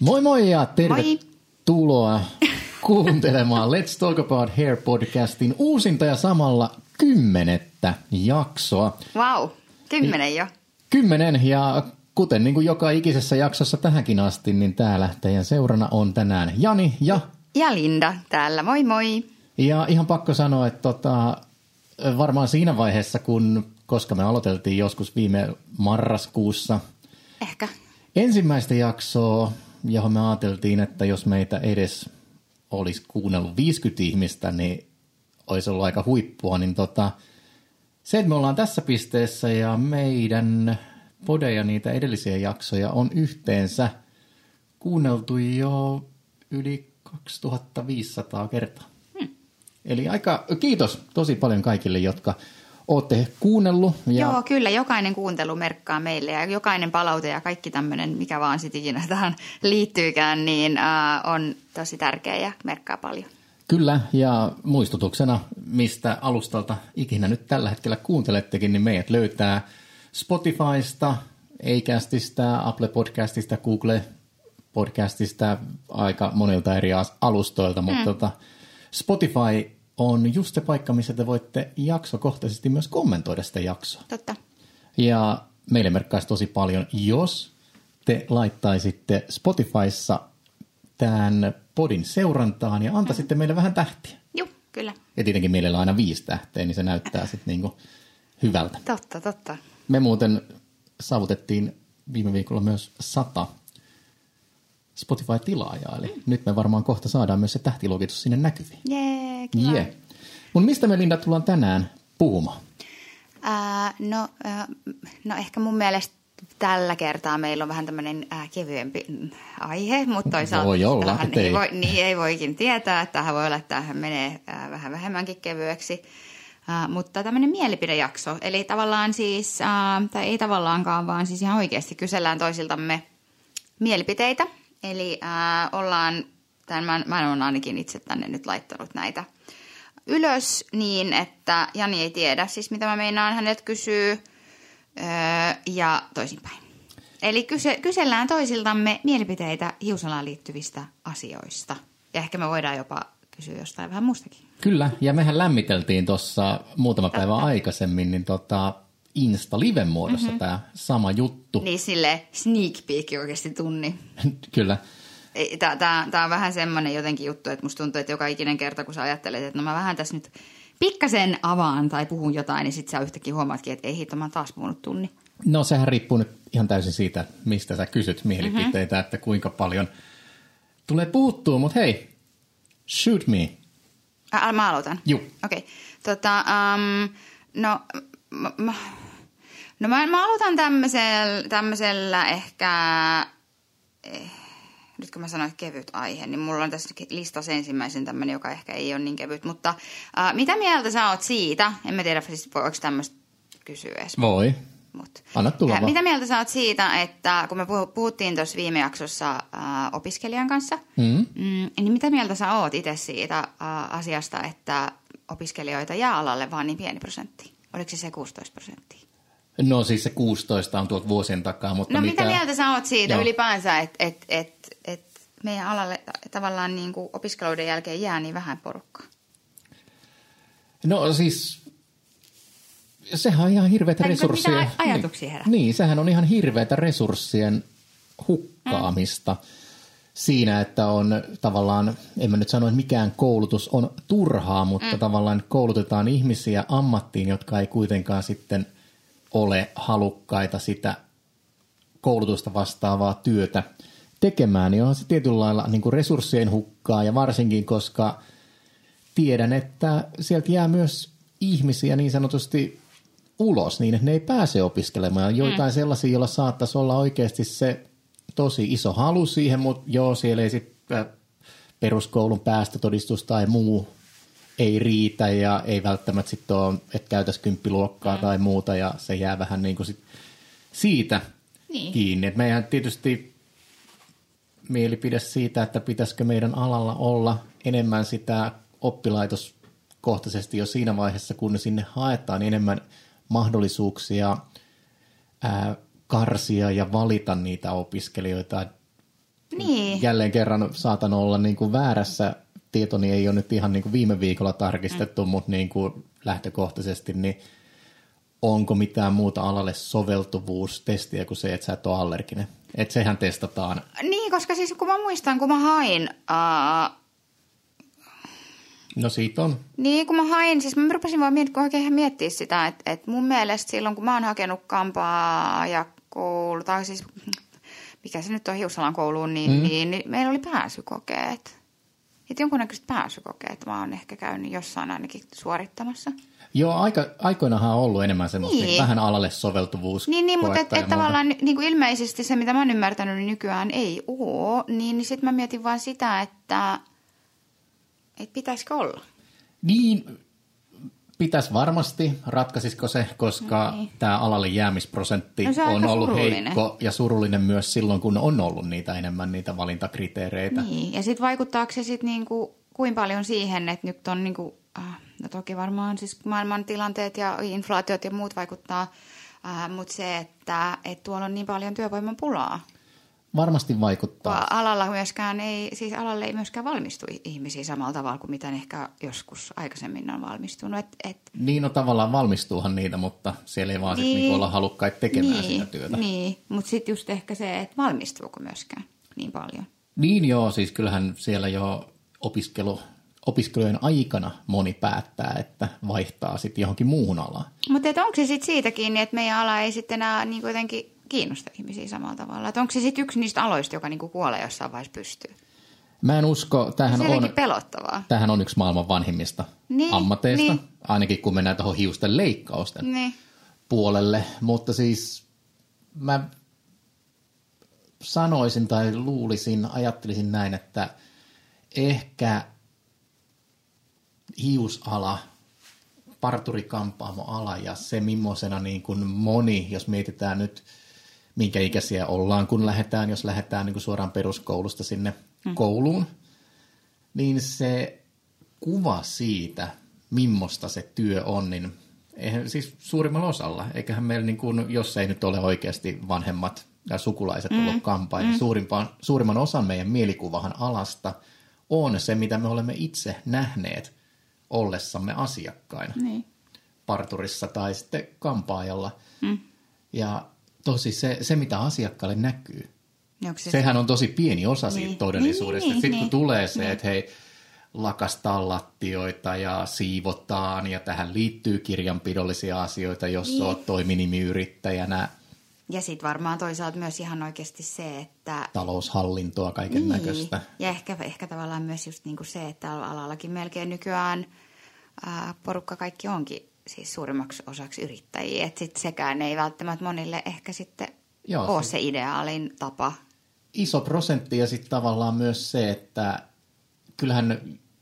Moi moi ja tervetuloa kuuntelemaan Let's Talk About Hair podcastin uusinta ja samalla 10. jaksoa. Vau, 10 jo. 10 ja kuten niin kuin joka ikisessä jaksossa tähänkin asti, niin täällä teidän seurana on tänään Jani ja Linda täällä, moi moi. Ja ihan pakko sanoa, että varmaan siinä vaiheessa, koska me aloiteltiin joskus viime marraskuussa. Ehkä. Ensimmäistä jaksoa, johon me ajateltiin, että jos meitä edes olisi kuunnellut 50 ihmistä, niin olisi ollut aika huippua. Niin se, että me ollaan tässä pisteessä ja meidän podeja, niitä edellisiä jaksoja, on yhteensä kuunneltu jo yli 2500 kertaa. Eli kiitos tosi paljon kaikille, jotka olette kuunnellut. Joo, kyllä. Jokainen kuuntelu merkkaa meille ja jokainen palaute ja kaikki tämmöinen, mikä vaan sitten ikinä tähän liittyykään, niin on tosi tärkeä ja merkkaa paljon. Kyllä, ja muistutuksena, mistä alustalta ikinä nyt tällä hetkellä kuuntelettekin, niin meidät löytää Spotifysta, Acastista, Apple Podcastista, Google Podcastista, aika monilta eri alustoilta, mutta Spotify on just se paikka, missä te voitte jaksokohtaisesti myös kommentoida sitä jaksoa. Totta. Ja meille merkkaisi tosi paljon, jos te laittaisitte Spotifyssa tämän podin seurantaan ja antaisitte meille vähän tähtiä. Joo, kyllä. Ja tietenkin meillä on aina 5 tähteä, niin se näyttää sitten niinku hyvältä. Totta. Me muuten saavutettiin viime viikolla myös 100 Spotify-tilaajaa, eli nyt me varmaan kohta saadaan myös se tähtiluokitus sinne näkyviin. Jee, kiva. Yeah. Mutta mistä me, Linda, tullaan tänään puhumaan? No ehkä mun mielestä tällä kertaa meillä on vähän tämmöinen kevyempi aihe, mutta toisaalta voi olla, ei voikin tietää, että tähän voi olla, että tämähän menee vähän vähemmänkin kevyeksi. Mutta tämmöinen mielipidejakso, eli tavallaan siis, tai ei tavallaankaan, vaan siis ihan oikeasti kysellään toisiltamme mielipiteitä. Eli mä olen ainakin itse tänne nyt laittanut näitä ylös niin, että Jani ei tiedä siis mitä mä meinaan, hänet kysyy ja toisinpäin. Eli kysellään toisiltamme mielipiteitä hiusalaan liittyvistä asioista. Ja ehkä me voidaan jopa kysyä jostain vähän muustakin. Kyllä, ja mehän lämmiteltiin tuossa muutama päivä aikaisemmin, niin Insta-liven muodossa tämä sama juttu. Niin sille sneak peek oikeasti tunni. Kyllä. Tämä on vähän semmoinen jotenkin juttu, että musta tuntuu, että joka ikinen kerta, kun sä ajattelet, että no mä vähän tässä nyt pikkasen avaan tai puhun jotain, niin sit sä yhtäkkiä huomaatkin, että ei hitto, mä oon taas puhunut tunni. No sehän riippuu nyt ihan täysin siitä, mistä sä kysyt mielipiteitä, että kuinka paljon tulee puhuttua, mutta hei, shoot me. Mä aloitan? Joo. Okei. Mä aloitan tämmöisellä ehkä, nyt kun mä sanoin kevyt aihe, niin mulla on tässä listassa ensimmäisen tämmöinen, joka ehkä ei ole niin kevyt, mutta mitä mieltä sä oot siitä, en mä tiedä, siis voiko tämmöistä kysyä edes. Voi. Anna tulla vaan. Mitä mieltä sä oot siitä, että kun me puhuttiin tuossa viime jaksossa opiskelijan kanssa, niin mitä mieltä sä oot itse siitä asiasta, että opiskelijoita jää alalle vaan niin pieni prosentti? Oliko se 16%? No siis se 16 on tuolta vuosien takaa, mutta mitä mieltä sä oot siitä ylipäänsä, että meidän alalle tavallaan niin kuin opiskeluiden jälkeen jää niin vähän porukkaa? No siis sehän on ihan hirveätä resursseja. Mitä ajatuksia herää? Niin, sehän on ihan hirveätä resurssien hukkaamista siinä, että on tavallaan, en mä nyt sano, että mikään koulutus on turhaa, mutta tavallaan koulutetaan ihmisiä ammattiin, jotka ei kuitenkaan sitten ole halukkaita sitä koulutusta vastaavaa työtä tekemään, niin onhan se tietyllä lailla niin kuin resurssien hukkaa ja varsinkin, koska tiedän, että sieltä jää myös ihmisiä niin sanotusti ulos niin, että ne ei pääse opiskelemaan. Joitain sellaisia, joilla saattaisi olla oikeasti se tosi iso halu siihen, mutta siellä ei sitten peruskoulun päästötodistus tai muu ei riitä ja ei välttämättä sitten ole, että käytäisi 10-luokkaa tai muuta ja se jää vähän niin kuin siitä kiinni. Et meidän tietysti mielipide siitä, että pitäisikö meidän alalla olla enemmän sitä oppilaitoskohtaisesti jo siinä vaiheessa, kun sinne haetaan niin enemmän mahdollisuuksia karsia ja valita niitä opiskelijoita. Niin. Jälleen kerran saatan olla niin kuin väärässä. Tietoni ei ole nyt ihan niin kuin viime viikolla tarkistettu, mutta niin kuin lähtökohtaisesti, niin onko mitään muuta alalle soveltuvuustestiä kuin se, että sä et ole allerginen? Että sehän testataan. Niin, koska siis kun mä muistan, kun mä hain... No siitä on. Niin, kun mä hain, siis mä rupesin vaan oikein miettiä sitä, että mun mielestä silloin, kun mä oon hakenut kampaa ja koulu, tai siis mikä se nyt on Hiusalan kouluun, niin meillä oli pääsykokeet. Että jonkunnäköiset pääsykokeet mä oon ehkä käynyt jossain ainakin suorittamassa. Joo, aikoinaanhan on ollut enemmän semmoista niin vähän alalle soveltuvuus. Niin mutta et tavallaan niin kuin ilmeisesti se, mitä mä oon ymmärtänyt, niin nykyään ei ole. Niin sitten mä mietin vaan sitä, että pitäisikö olla? Niin, pitäisi varmasti. Ratkaisisiko se, koska tämä alalle jäämisprosentti on ollut heikko ja surullinen myös silloin, kun on ollut enemmän niitä valintakriteereitä. Niin, ja sitten vaikuttaako se sitten niinku, kuinka paljon siihen, että nyt on niinku, no toki varmaan siis maailman tilanteet ja inflaatiot ja muut vaikuttaa, mutta se, että tuolla on niin paljon työvoiman pulaa. Varmasti vaikuttaa. Alalle ei myöskään valmistu ihmisiä samalla tavalla kuin mitä ehkä joskus aikaisemmin on valmistunut. Niin, no tavallaan valmistuuhan niitä, mutta siellä ei vaan niin olla halukkaita tekemään sitä työtä. Niin, mutta sitten just ehkä se, että valmistuuko myöskään niin paljon. Niin joo, siis kyllähän siellä jo opiskelujen aikana moni päättää, että vaihtaa sitten johonkin muuhun alaan. Mutta onko se sitten siitä kiinni, että meidän ala ei sitten enää niin jotenkin kiinnosta ihmisiä samalla tavalla? Että onko se sitten yksi niistä aloista, joka niinku kuolee jossain vaiheessa pystyy? Mä en usko. Pelottavaa. Tämähän on yksi maailman vanhimmista ammateista, ainakin kun mennään tuohon hiusten leikkausten puolelle. Mutta siis mä sanoisin tai ajattelisin näin, että ehkä hiusala, parturikampaamoala ja se millaisena niin kuin moni, jos mietitään nyt minkä ikäisiä ollaan, kun jos lähdetään niin kuin suoraan peruskoulusta sinne kouluun, niin se kuva siitä, millaista se työ on, niin siis suurimmalla osalla, eiköhän meillä, niin kuin, jos ei nyt ole oikeasti vanhemmat ja sukulaiset ollut kampaa, niin suurimman osan meidän mielikuvahan alasta on se, mitä me olemme itse nähneet ollessamme asiakkaina parturissa tai sitten kampaajalla. Ja tosi se mitä asiakkaalle näkyy, sehän on tosi pieni osa siitä todellisuudesta. Sitten kun tulee se, että hei, lakastaa lattioita ja siivotaan ja tähän liittyy kirjanpidollisia asioita, jos olet toiminimiyrittäjänä. Ja sitten varmaan toisaalta myös ihan oikeasti se, että... taloushallintoa, kaiken näköistä. Ja ehkä tavallaan myös just niin kuin se, että alallakin melkein nykyään porukka kaikki onkin siis suurimmaksi osaksi yrittäjiä. Että sitten sekään ei välttämättä monille ehkä sitten ole se ideaalin tapa. Iso prosentti ja sitten tavallaan myös se, että kyllähän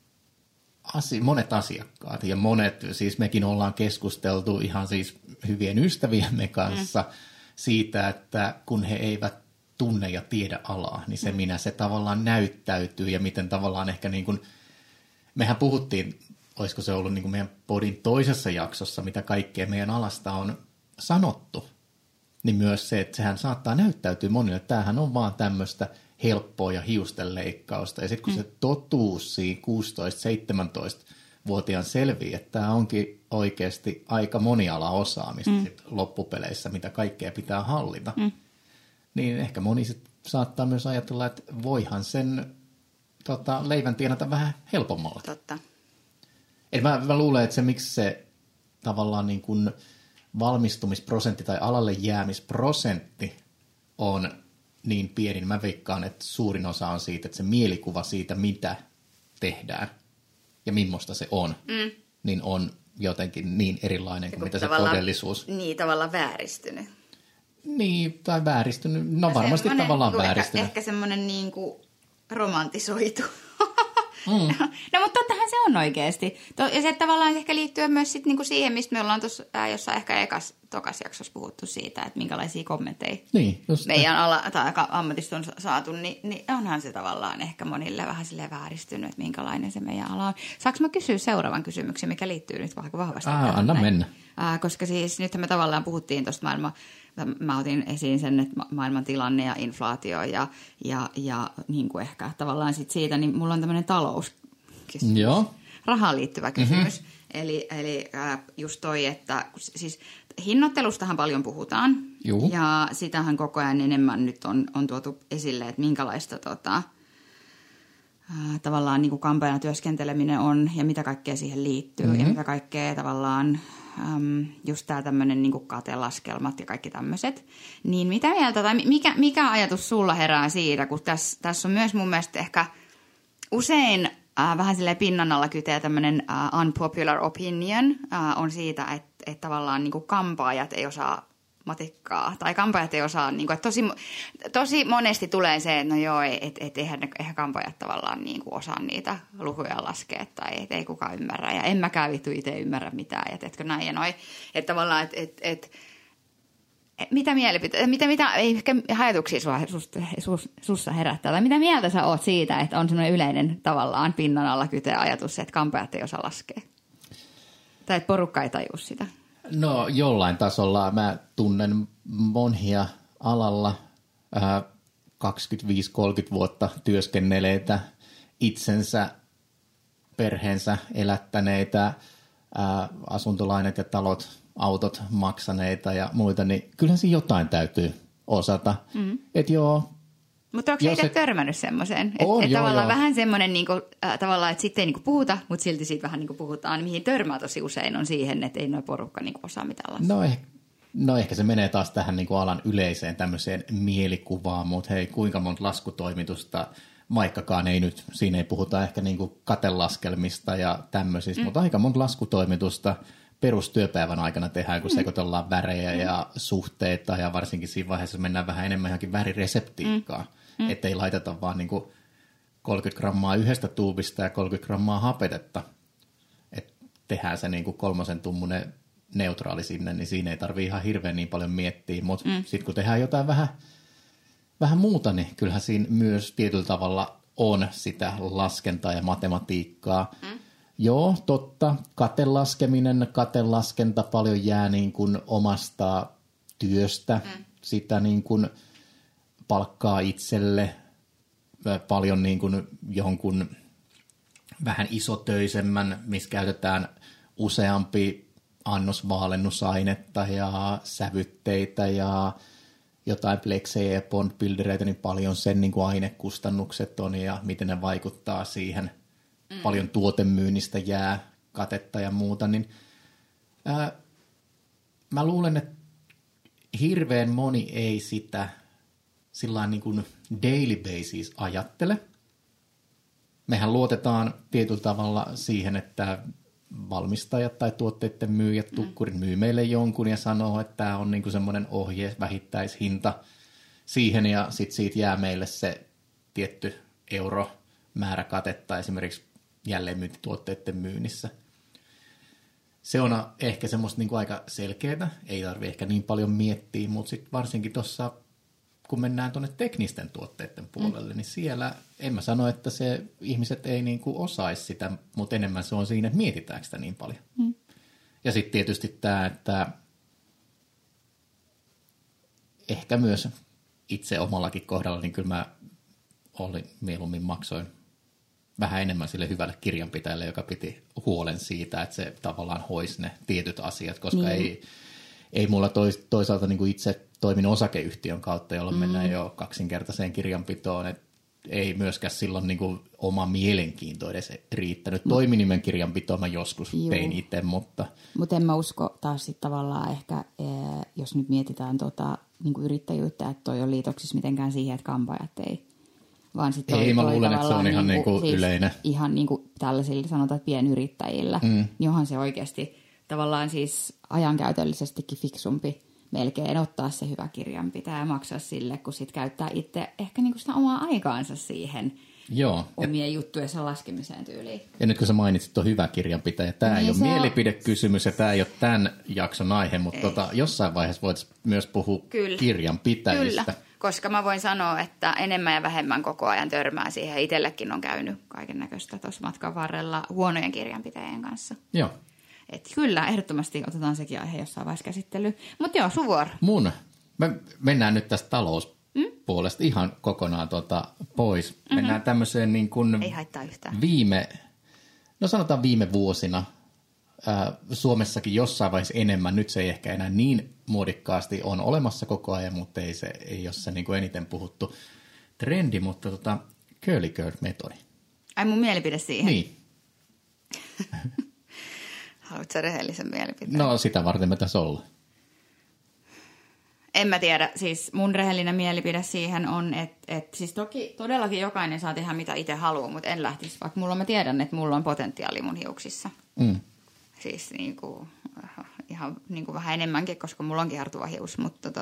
monet asiakkaat ja siis mekin ollaan keskusteltu ihan siis hyvien ystäviemme kanssa siitä, että kun he eivät tunne ja tiedä alaa, niin se tavallaan näyttäytyy ja miten tavallaan ehkä niin kuin, mehän puhuttiin, olisiko se ollut niin kuin meidän podin toisessa jaksossa, mitä kaikkea meidän alasta on sanottu, niin myös se, että sehän saattaa näyttäytyä monille, että tämähän on vaan tämmöistä helppoa ja hiusten leikkausta. Ja sitten kun se totuus siinä 16-17-vuotiaan selvii, että tämä onkin oikeasti aika monialaosaamista loppupeleissä, mitä kaikkea pitää hallita, niin ehkä moni saattaa myös ajatella, että voihan sen leivän tienata vähän helpommalla. Totta. Eli mä luulen, että se miksi se tavallaan niin kuin valmistumisprosentti tai alalle jäämisprosentti on niin pieni, mä veikkaan, että suurin osa on siitä, että se mielikuva siitä, mitä tehdään ja millaista se on, niin on jotenkin niin erilainen kuin mitä se todellisuus. Niin, tavallaan vääristynyt. Niin, tai vääristynyt. No varmasti tavallaan vääristynyt. Ehkä semmoinen niin kuin romantisoitu. No mutta tottahan se on oikeasti. Ja se tavallaan ehkä liittyy myös sit niinku siihen, mistä me ollaan tuossa jossain ehkä tokas jaksossa puhuttu siitä, että minkälaisia kommentteja meidän ammatista on saatu, niin onhan se tavallaan ehkä monille vähän silleen vääristynyt, että minkälainen se meidän ala on. Saanko mä kysyä seuraavan kysymyksen, mikä liittyy nyt vahvasti tähän? Anna mennä. Koska siis nythän me tavallaan puhuttiin tuosta mä otin esiin sen, että maailman tilanne ja inflaatio ja niin kuin ehkä tavallaan sit siitä, niin mulla on tämmöinen talouskysymys. Joo. Rahaan liittyvä kysymys. Eli just toi, että siis hinnoittelustahan paljon puhutaan. Juhu. Ja sitähän koko ajan enemmän nyt on tuotu esille, että minkälaista tavallaan niin kuin kampaajana työskenteleminen on ja mitä kaikkea siihen liittyy ja mitä kaikkea tavallaan just tämä tämmöinen niin kuin katelaskelmat ja kaikki tämmöiset. Niin mitä mieltä tai mikä ajatus sulla herää siitä, kun tässä on myös mun mielestä ehkä usein vähän silleen pinnan alla kyteä tämmöinen unpopular opinion on siitä, että tavallaan niin kuin kampaajat ei osaa matikkaa. Tai kampaajat ei osaa, niin kuin, että tosi monesti tulee se, että no joo, eihän kampaajat tavallaan niin kuin osaa niitä lukuja laskea tai ei kukaan ymmärrä. Ja en mäkään vittu itse ymmärrä mitään, ja teetkö näin ja noin. Että tavallaan, mitä mielipiteitä, mitä ehkä ajatuksia sussa herättää? Tai mitä mieltä sä oot siitä, että on semmoinen yleinen tavallaan pinnan alla kyteä ajatus, että kampaajat ei osaa laskea? Tai että porukka ei tajua sitä? No jollain tasolla mä tunnen monia alalla 25-30 vuotta työskenneleitä, itsensä, perheensä elättäneitä, asuntolainet ja talot, autot maksaneita ja muita, niin kyllähän siinä jotain täytyy osata. Että joo. Mutta onko itse törmännyt semmoiseen? Että tavallaan vähän semmoinen, niinku, tavallaan, että sitten ei niinku puhuta, mutta silti siitä vähän niinku puhutaan. Mihin törmää tosi usein on siihen, että ei noin porukka niinku osaa mitään laskea. No ehkä se menee taas tähän niinku alan yleiseen tämmöiseen mielikuvaan, mutta hei, kuinka monta laskutoimitusta, vaikkakaan ei nyt, siinä ei puhuta ehkä niinku katelaskelmista ja tämmöisistä, mutta aika monta laskutoimitusta perustyöpäivän aikana tehdään, kun sekoitellaan värejä ja suhteita ja varsinkin siinä vaiheessa mennään vähän enemmän johonkin värireseptiikkaan. Että ei laiteta vaan niinku 30 grammaa yhdestä tuubista ja 30 grammaa hapetetta. Että tehdään se niinku 3 tummunen neutraali sinne, niin siinä ei tarvitse ihan hirveän niin paljon miettiä. Mutta sitten kun tehdään jotain vähän muuta, niin kyllähän siinä myös tietyllä tavalla on sitä laskentaa ja matematiikkaa. Joo, totta. Katelaskenta paljon jää niin kuin omasta työstä. Sitä niin kuin palkkaa itselle paljon niin kuin jonkun vähän isotöisemmän, missä käytetään useampi annos vaalennusainetta ja sävytteitä ja jotain pleksejä ja bondbuildereita, niin paljon sen niin kuin ainekustannukset on ja miten ne vaikuttaa siihen. Paljon tuotemyynnistä jää katetta ja muuta, niin mä luulen, että hirveän moni ei sitä sillain niin kuin daily basis ajattele. Mehän luotetaan tietyllä tavalla siihen, että valmistajat tai tuotteiden myyjät, tukkurin myy meille jonkun ja sanoo, että tämä on niin kuin semmoinen ohje, vähittäishinta siihen ja sitten siitä jää meille se tietty euromäärä katetta esimerkiksi jälleenmyyntituotteiden myynnissä. Se on ehkä semmoista niin kuin aika selkeää, ei tarvitse ehkä niin paljon miettiä, mutta sitten varsinkin tuossa, kun mennään tuonne teknisten tuotteiden puolelle, niin siellä en mä sano, että se ihmiset ei niin kuin osaisi sitä, mutta enemmän se on siinä, että mietitäänkö sitä niin paljon. Ja sitten tietysti tämä, että ehkä myös itse omallakin kohdalla, niin kyllä mä mieluummin maksoin vähän enemmän sille hyvälle kirjanpitäjälle, joka piti huolen siitä, että se tavallaan hoisi ne tietyt asiat, koska ei mulla toisaalta niin kuin itse toimin osakeyhtiön kautta, jolloin mennään jo kaksinkertaiseen kirjanpitoon, että ei myöskään silloin niin kuin oma mielenkiinto edes riittänyt. Toiminimen kirjanpitoa mä joskus tein itse, mutta en mä usko taas sitten tavallaan ehkä, jos nyt mietitään niin kuin yrittäjyyttä, että toi on liitoksissa mitenkään siihen, että kampaajat ei. Vaan sit ei, mä luulen, että se on ihan niinku siis yleinen. Ihan niin kuin tällaisilla sanotaan, että pienyrittäjillä, niin onhan se oikeasti tavallaan siis ajankäytöllisestikin fiksumpi melkein ottaa se hyvä kirjanpitäjä ja maksaa sille, kun sit käyttää itse ehkä niinku sitä omaa aikaansa siihen omien juttujensa laskemiseen tyyliin. Ja nyt kun sä mainitsit tuon hyvä kirjanpitäjä, tämä ei ole mielipidekysymys ja tämä ei ole tämän jakson aihe, mutta jossain vaiheessa voitaisiin myös puhua kirjanpitäjistä. Kyllä. Koska mä voin sanoa, että enemmän ja vähemmän koko ajan törmää siihen. Itsellekin on käynyt kaiken näköistä tuossa matkan varrella huonojen kirjanpitäjien kanssa. Joo. Et kyllä, ehdottomasti otetaan sekin aihe jossain vaiheessa käsittelyyn. Mutta joo, sun vuoro. Mun Me mennään nyt tästä talouspuolesta ihan kokonaan pois. Mennään tämmöiseen niin kuin ei haittaa yhtään. Sanotaan viime vuosina Suomessakin jossain vaiheessa enemmän. Nyt se ei ehkä enää niin muodikkaasti on olemassa koko ajan, mutta ei ole se niin kuin eniten puhuttu trendi, mutta curly girl-metodi. Ai mun mielipide siihen? Niin. Haluatko sä rehellisen mielipiteen? No sitä varten me tässä ollaan. En mä tiedä. Siis mun rehellinen mielipide siihen on, että siis toki todellakin jokainen saa tehdä mitä itse haluaa, mutta en lähtisi, vaikka mä tiedän, että mulla on potentiaali mun hiuksissa. Siis niinku, ihan niinku vähän enemmänkin, koska mulla onkin hartuva hius, mutta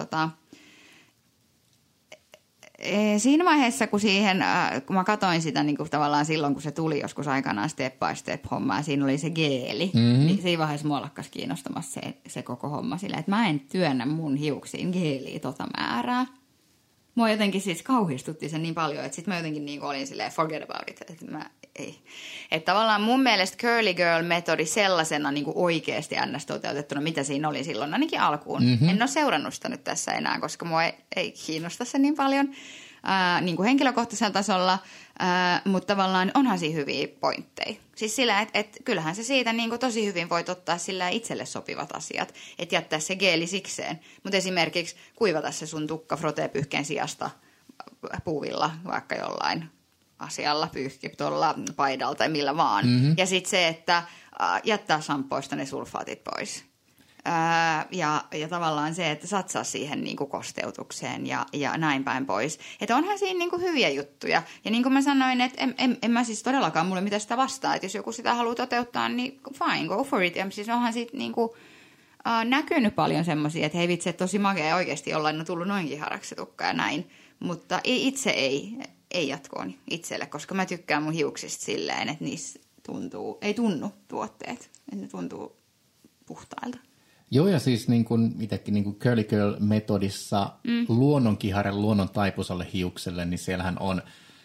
siinä vaiheessa, kun mä katsoin sitä niin kuin tavallaan silloin, kun se tuli joskus aikanaan step by step hommaa, siinä oli se geeli, niin siinä vaiheessa mua lakkas kiinnostamassa se koko homma silleen, että mä en työnnä mun hiuksiin geeliä määrää. Mua jotenkin siis kauhistutti se niin paljon, että sitten mä jotenkin niin olin silleen forget about it, että mä ei. Että tavallaan mun mielestä curly girl-metodi sellaisena niin kuin oikeasti ns. Toteutettuna, mitä siinä oli silloin ainakin alkuun. En ole seurannut sitä nyt tässä enää, koska mua ei kiinnosta se niin paljon niin kuin henkilökohtaisella tasolla, mutta tavallaan onhan siinä hyviä pointteja. Siis sillä, että kyllähän se siitä niin kuin tosi hyvin voit ottaa sillä itselle sopivat asiat, että jättää se geeli sikseen. Mutta esimerkiksi kuivata se sun tukka frotee-pyyhkeen sijasta puuvilla vaikka jollain asialla pyyhki tuolla paidalla tai millä vaan. Ja sitten se, että jättää shampoista ne sulfaatit pois. Ja tavallaan se, että satsaa siihen niin kuin kosteutukseen ja näin päin pois. Että onhan siinä niin kuin hyviä juttuja. Ja niin kuin mä sanoin, että en mä siis todellakaan mulle mitään sitä vastaa. Että jos joku sitä haluaa toteuttaa, niin fine, go for it. Ja siis onhan siitä niin kuin näkynyt paljon semmoisia, että hei vitsi, että tosi makea oikeasti jollain on tullut noinkin haraksi tukka ja näin. Mutta itse ei jatkoon itselle, koska mä tykkään mun hiuksista silleen, että niissä ei tunnu tuotteet, että ne tuntuu puhtailta. Joo, ja siis niin kuin itsekin niin kuin curly girl-metodissa luonnonkiharen, luonnon taipusalle hiukselle, niin siellähän on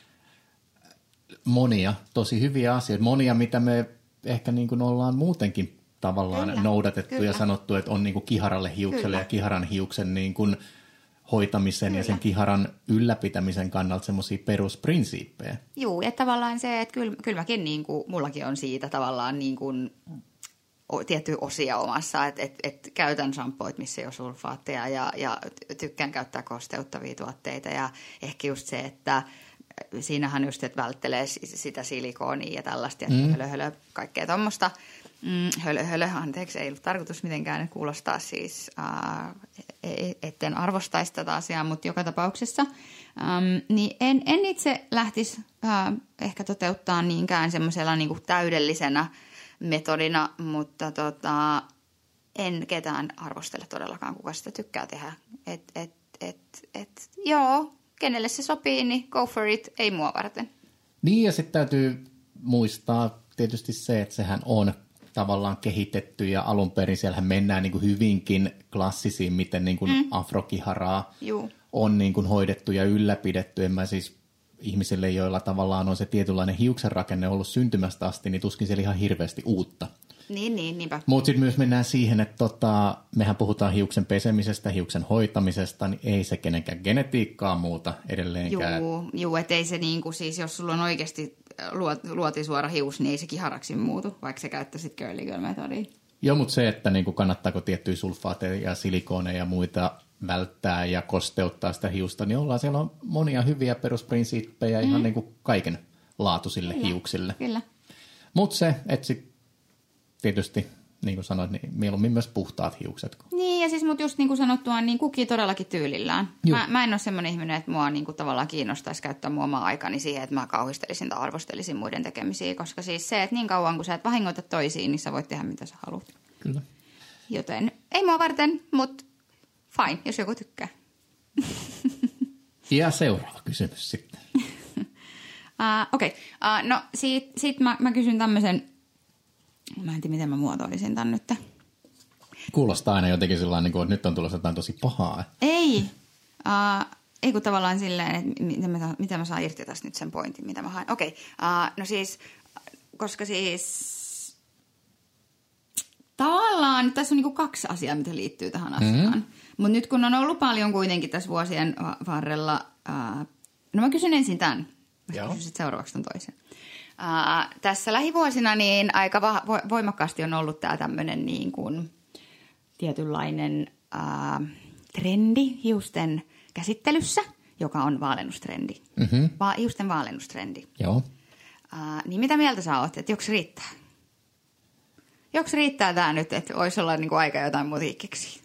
monia tosi hyviä asioita. Monia, mitä me ehkä niin kuin ollaan muutenkin tavallaan noudatettu ja sanottu, että on niin kuin kiharalle hiukselle ja kiharan hiuksen niin kuin hoitamisen ja sen kiharan ylläpitämisen kannalta semmoisia perusprinsiippejä. Joo, ja tavallaan se, että kyllä mäkin, niin kuin, mullakin on siitä tavallaan niin kuin tiettyjä osia omassa, että käytän shampoit, missä ei ole sulfaatteja ja tykkään käyttää kosteuttavia tuotteita ja ehkä just se, että siinähän just, että välttelee sitä silikoonia ja tällaista ja hölö, kaikkea tuommoista. Hölö, anteeksi, ei ollut tarkoitus mitenkään kuulostaa siis, etten arvostaisi tätä asiaa, mutta joka tapauksessa. Niin en itse lähtisi ehkä toteuttaa niinkään semmoisella niinku täydellisenä metodina, mutta en ketään arvostele todellakaan, kuka sitä tykkää tehdä. Joo, kenelle se sopii, niin go for it, ei mua varten. Niin, ja sitten täytyy muistaa tietysti se, että sehän on tavallaan kehitetty ja alun perin siellähän mennään niin kuin hyvinkin klassisiin, miten niin kuin afrokiharaa on niin kuin hoidettu ja ylläpidetty. En mä siis ihmisille, joilla tavallaan on se tietynlainen hiuksen rakenne ollut syntymästä asti, niin tuskin siellä ihan hirveästi uutta. Niinpä. Mutta sitten myös mennään siihen, että mehän puhutaan hiuksen pesemisestä, hiuksen hoitamisesta, niin ei se kenenkään genetiikkaa muuta edelleenkään. Joo, että ei se niinku siis, jos sulla on oikeasti luotisuora hius, niin ei se kiharaksi muutu, vaikka sä käyttäisit curly girl-metodia. Joo, mutta se, että niinku kannattaako tiettyjä sulfaateja ja silikooneja ja muita välttää ja kosteuttaa sitä hiusta, niin siellä on monia hyviä perusprinsiippejä ihan niin kuin kaiken laatuisille hiuksille. Kyllä. Mutta se, että sitten tietysti, niin kuin sanoit, niin mieluummin myös puhtaat hiukset. Niin, ja siis mut just niin kuin sanottua, niin kukin todellakin tyylillään. Mä en ole semmoinen ihminen, että mua niin kuin tavallaan kiinnostaisi käyttää mun omaa aikani siihen, että mä kauhistelisin tai arvostelisin muiden tekemisiä, koska siis se, että niin kauan kun sä et vahingoita toisiin, niin sä voit tehdä mitä sä haluat. Kyllä. Joten ei mua varten, mutta fine, jos joku tykkää. Ja seuraava kysymys sitten. Okei. No sit mä kysyn tämmöisen, mä en tiedä miten mä muotoilisin tän nyt. Kuulostaa aina jotenkin sellainen, että nyt on tulossa jotain tosi pahaa. Ei. Ei kun tavallaan silleen, että miten mä saan irti tästä nyt sen pointin, mitä mä haen. Okei. No siis, koska siis tavallaan tässä on niinku kaksi asiaa, mitä liittyy tähän asiaan. Mutta nyt kun on ollut paljon kuitenkin tässä vuosien varrella, no mä kysyn ensin tämän, mä kysyn sitten seuraavaksi ton toisen. Tässä lähivuosina niin aika voimakkaasti on ollut tämä tämmöinen niin kuin tietynlainen trendi hiusten käsittelyssä, joka on vaalennustrendi. Mm-hmm. Hiusten vaalennustrendi. Joo. Niin mitä mieltä sä oot, että joks riittää? Joks riittää tämä nyt, että olisi olla niinku aika jotain muuta keksiä?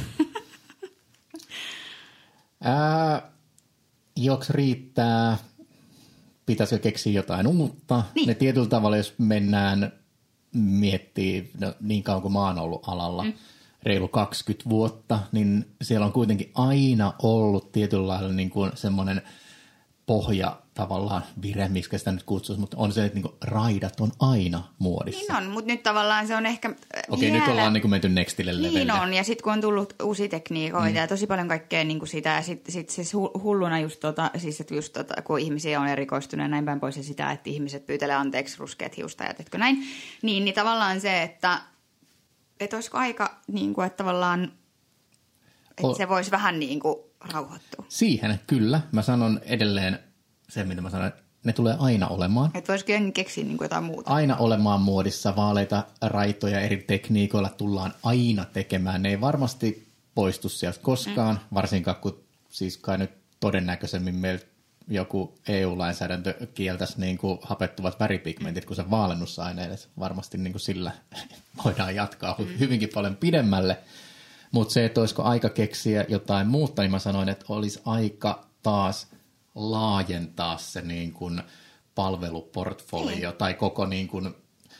Joks riittää, pitäisikö keksiä jotain uutta? Niin. Ne tietyllä tavalla, jos mennään miettimään, no, niin kauan kuin mä oon ollut alalla, reilu 20 vuotta, niin siellä on kuitenkin aina ollut tietyllä lailla niin kuin semmoinen pohja tavallaan vire, miksi sitä nyt kutsuisi, mutta on se, että niin kuin raidat on aina muodissa. Niin on, mutta nyt tavallaan se on ehkä Okei, nyt ollaan niin kuin menty nextille levelle. Niin on, ja sitten kun on tullut uusia tekniikoita ja tosi paljon kaikkea niin kuin sitä, ja sitten siis hulluna just kun ihmisiä on erikoistunut ja näin päin pois, ja sitä, että ihmiset pyytelee anteeksi ruskeat hiustajat, etkö näin, niin tavallaan se, että olisiko aika, niin kuin, että tavallaan, että se voisi vähän niin kuin rauhoittua. Siihen, kyllä. Mä sanon edelleen se, mitä mä sanon, että ne tulee aina olemaan. Että voisiko jengi keksiä niin kuin jotain muuta? Aina olemaan muodissa, vaaleita raitoja eri tekniikoilla tullaan aina tekemään. Ne ei varmasti poistu sieltä koskaan, varsinkaan kun siis kai nyt todennäköisemmin meillä joku EU-lainsäädäntö kieltäisi niin kuin hapettuvat väripigmentit, kun se vaalennusaineet varmasti niin kuin sillä voidaan jatkaa hyvinkin paljon pidemmälle. Mutta se, että olisiko aika keksiä jotain muuta, niin mä sanoin, että olisi aika taas laajentaa se niin kuin palveluportfolio tai koko niin kuin,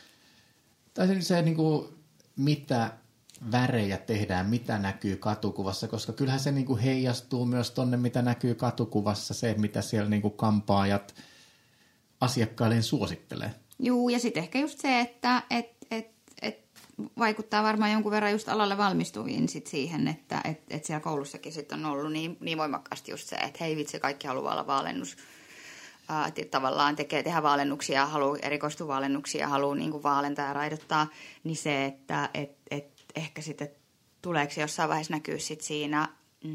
tai se niin kuin, mitä värejä tehdään, mitä näkyy katukuvassa, koska kyllähän se niin kuin heijastuu myös tonne, mitä näkyy katukuvassa, se, mitä siellä niin kuin kampaajat asiakkailleen suosittelee. Juu, ja sitten ehkä just se, että vaikuttaa varmaan jonkun verran just alalle valmistuviin sit siihen, että siellä koulussakin sit on ollut niin voimakkaasti just se, että hei vitsi, kaikki haluaa olla vaalennus. Tavallaan tehdä vaalennuksia, haluaa erikoistua vaalennuksia, haluaa niinku vaalentaa ja raidottaa, niin se, että ehkä sitten tuleeko se jossain vaiheessa näkyy sit siinä,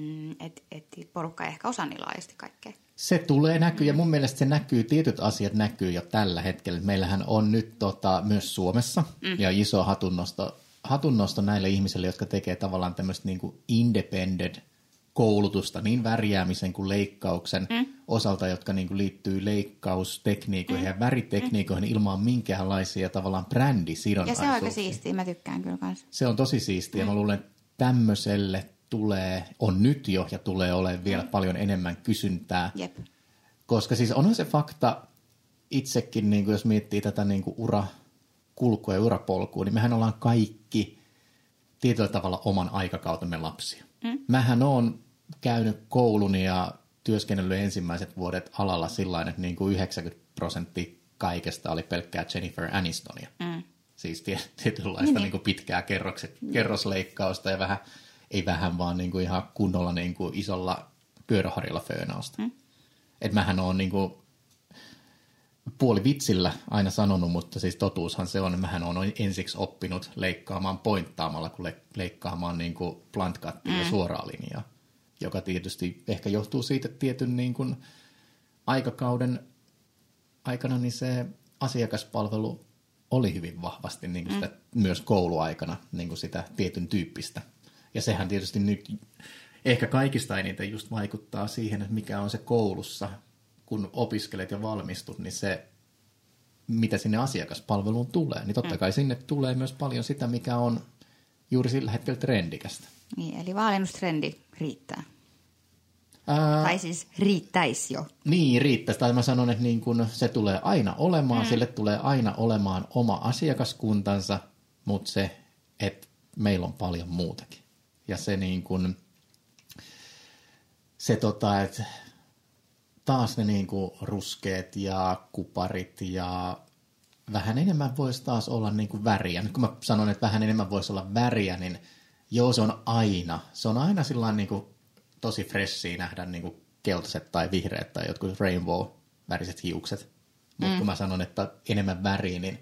että porukka ei ehkä osaa niin laajasti kaikkea. Se tulee näkyä ja mun mielestä se näkyy, tietyt asiat näkyy jo tällä hetkellä. Meillähän on nyt myös Suomessa ja iso hatunnosto näille ihmisille, jotka tekee tavallaan tämmöistä niin kuin independent koulutusta niin värjäämisen kuin leikkauksen osalta, jotka niin kuin liittyy leikkaustekniikoihin ja väritekniikoihin ilman minkäänlaisia tavallaan brändisidonnaisuuksia. Ja se on aika siistiä, mä tykkään kyllä kanssa. Se on tosi siistiä. Mä luulen, että tämmöiselle on nyt jo ja tulee olemaan vielä paljon enemmän kysyntää. Jep. Koska siis onhan se fakta itsekin, niin kuin jos miettii tätä niin kuin urakulkua ja urapolkua, niin mehän ollaan kaikki tietyllä tavalla oman aikakautemme lapsia. Mähän oon käynyt koulun ja työskennellyt ensimmäiset vuodet alalla sillain, että niin kuin 90% kaikesta oli pelkkää Jennifer Anistonia. Siis tietynlaista niin kuin pitkää kerrosleikkausta ja vähän, ei vähän vaan niin kuin ihan kunnolla niin kuin isolla pyöräharjalla föönausta. Että mähän oon niin kuin puolivitsillä aina sanonut, mutta siis totuushan se on, että mähän oon ensiksi oppinut leikkaamaan pointtaamalla, kuin leikkaamaan niin kuin blunt cutilla suoraa linjaa, joka tietysti ehkä johtuu siitä tietyn niin kuin aikakauden aikana, niin se asiakaspalvelu oli hyvin vahvasti niin kuin sitä, myös kouluaikana niin kuin sitä tietyn tyyppistä. Ja sehän tietysti nyt ehkä kaikista eniten just vaikuttaa siihen, että mikä on se koulussa, kun opiskelet ja valmistut, niin se, mitä sinne asiakaspalveluun tulee, niin totta kai sinne tulee myös paljon sitä, mikä on juuri sillä hetkellä trendikästä. Niin, eli vaalennustrendi riittää. Tai siis riittäisi jo. Niin, riittäisi. Tai mä sanon, että niin kun se tulee aina olemaan, sille tulee aina olemaan oma asiakaskuntansa, mutta se, että meillä on paljon muutakin. Ja se niin kuin, että taas ne niin kuin ruskeat ja kuparit ja vähän enemmän voisi taas olla niin kuin väriä. Nyt kun mä sanon, että vähän enemmän voisi olla väriä, niin joo, se on aina sillain niin kuin tosi freshia nähdä niin kuin keltaiset tai vihreät tai jotkut rainbow-väriset hiukset. Mutta kun mä sanon, että enemmän väriä, niin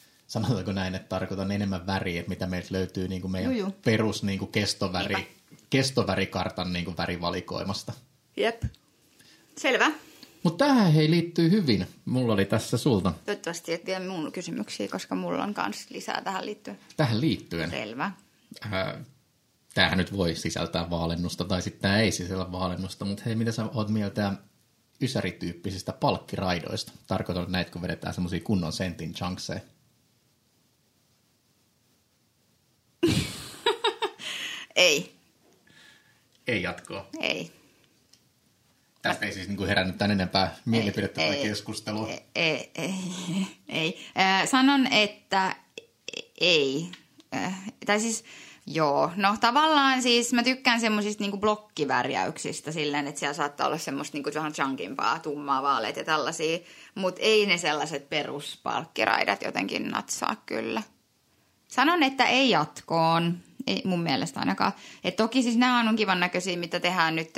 sanotaanko näin, että tarkoitan enemmän väriä, mitä meiltä löytyy niin kuin meidän perus niin kuin kestoväri kestovärikartan niin kuin värivalikoimasta. Jep. Selvä. Mutta tähän hei liittyy hyvin. Mulla oli tässä sulta. Toivottavasti et vie mun kysymyksiä, koska mulla on kans lisää tähän liittyen. Tähän liittyen. Selvä. Tämähän nyt voi sisältää vaalennusta tai sitten tämä ei sisällä vaalennusta, mutta hei, mitä sä oot mieltä ysärityyppisistä palkkiraidoista? Tarkoitan näitä, kun vedetään semmosia kunnon sentin chunkseja. Ei. Ei jatkoa. Ei. Tästä ei siis niin kuin herännyt tämän enempää mielipidettä tai keskustelua. Ei. Sanon, että ei. Tai siis, joo. No tavallaan siis mä tykkään semmosista niinku blokkivärjäyksistä silleen, että siellä saattaa olla semmoista niinku vähän chunkimpaa, tummaa, vaaleita ja tällaisia. Mutta ei ne sellaiset peruspalkkiraidat jotenkin natsaa kyllä. Sanon, että ei jatkoon. Ei mun mielestä ainakaan. Et toki siis nämä on kivan näköisiä, mitä tehdään nyt,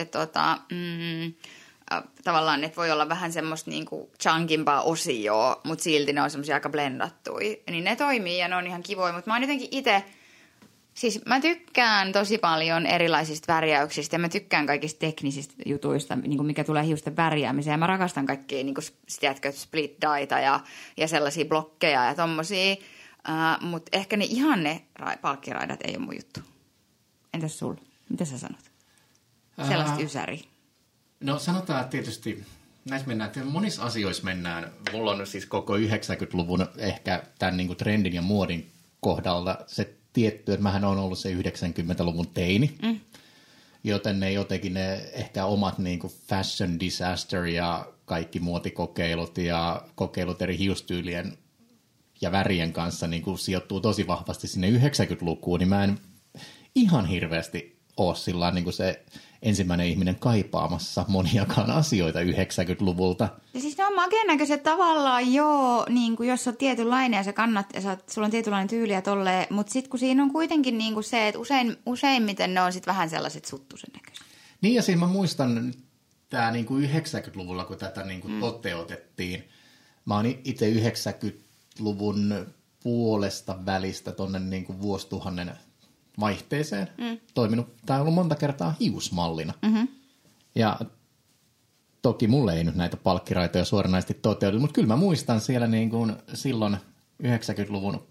tavallaan, että voi olla vähän semmoista niinku chunkimpaa osioa, mutta silti ne on semmoisia aika blendattuja. Niin ne toimii ja ne on ihan kivoja, mutta mä oon jotenkin itse, siis mä tykkään tosi paljon erilaisista värjäyksistä ja mä tykkään kaikista teknisistä jutuista, niinku mikä tulee hiusten värjäämiseen. Ja mä rakastan kaikkia niinku, split dyeita ja sellaisia blokkeja ja tommosia. Mutta ehkä ne palkkiraidat ei ole mun juttu. Entäs sulla? Mitä sä sanot? Sellaista ysäri. No sanotaan, että tietysti näissä mennään, monissa asioissa mennään. Mulla on siis koko 90-luvun ehkä tämän niin kuin trendin ja muodin kohdalla se tietty, että mähän on ollut se 90-luvun teini. Joten ne jotenkin ne ehkä omat niin kuin fashion disaster ja kaikki muotikokeilut ja kokeilut eri hiustyylien ja värien kanssa niin kuin sijoittuu tosi vahvasti sinne 90-lukuun, niin mä en ihan hirveästi ole sillä niin kuin se ensimmäinen ihminen kaipaamassa moniakaan asioita 90-luvulta. Ja siis ne on makeen näköiset tavallaan joo, niin kuin jos on tietynlainen ja sä kannat ja sulla on tietynlainen tyyli ja tolleen, mutta sitten kun siinä on kuitenkin niin kuin se, että useimmiten ne on sitten vähän sellaiset suttusen näköiset. Niin ja siinä mä muistan tämä niin kuin 90-luvulla, kun tätä niin kuin toteutettiin. Mä oon itse 90-luvun puolesta välistä tonne niin kuin vuosituhannen vaihteeseen toiminut. Tämä on ollut monta kertaa hiusmallina. Ja toki mulle ei nyt näitä palkkiraitoja suoranaisesti toteudu, mutta kyllä mä muistan siellä niin kuin silloin 90-luvun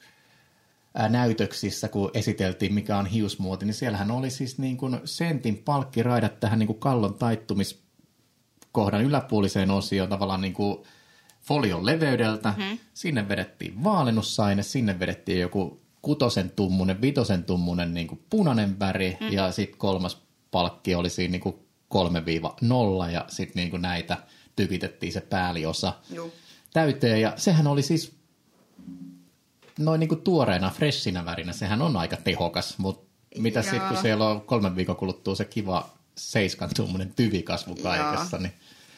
näytöksissä, kun esiteltiin mikä on hiusmuoti, niin siellähän oli siis niin kuin sentin palkkiraidat tähän niin kuin kallon taittumiskohdan yläpuoliseen osioon tavallaan niin kuin folion leveydeltä. Sinne vedettiin vaalennussaine, sinne vedettiin joku 6 tummunen, 5 tummunen niin kuin punainen väri ja sitten kolmas palkki oli siinä niin kuin 3-0 ja sitten niin kuin näitä tykitettiin se pääliosa täyteen ja sehän oli siis noin niin kuin tuoreena, freshinä värinä, sehän on aika tehokas, mutta mitä sitten kun siellä on 3 viikon kuluttua se kiva 7 tummunen tyvikasvu kaikessa, niin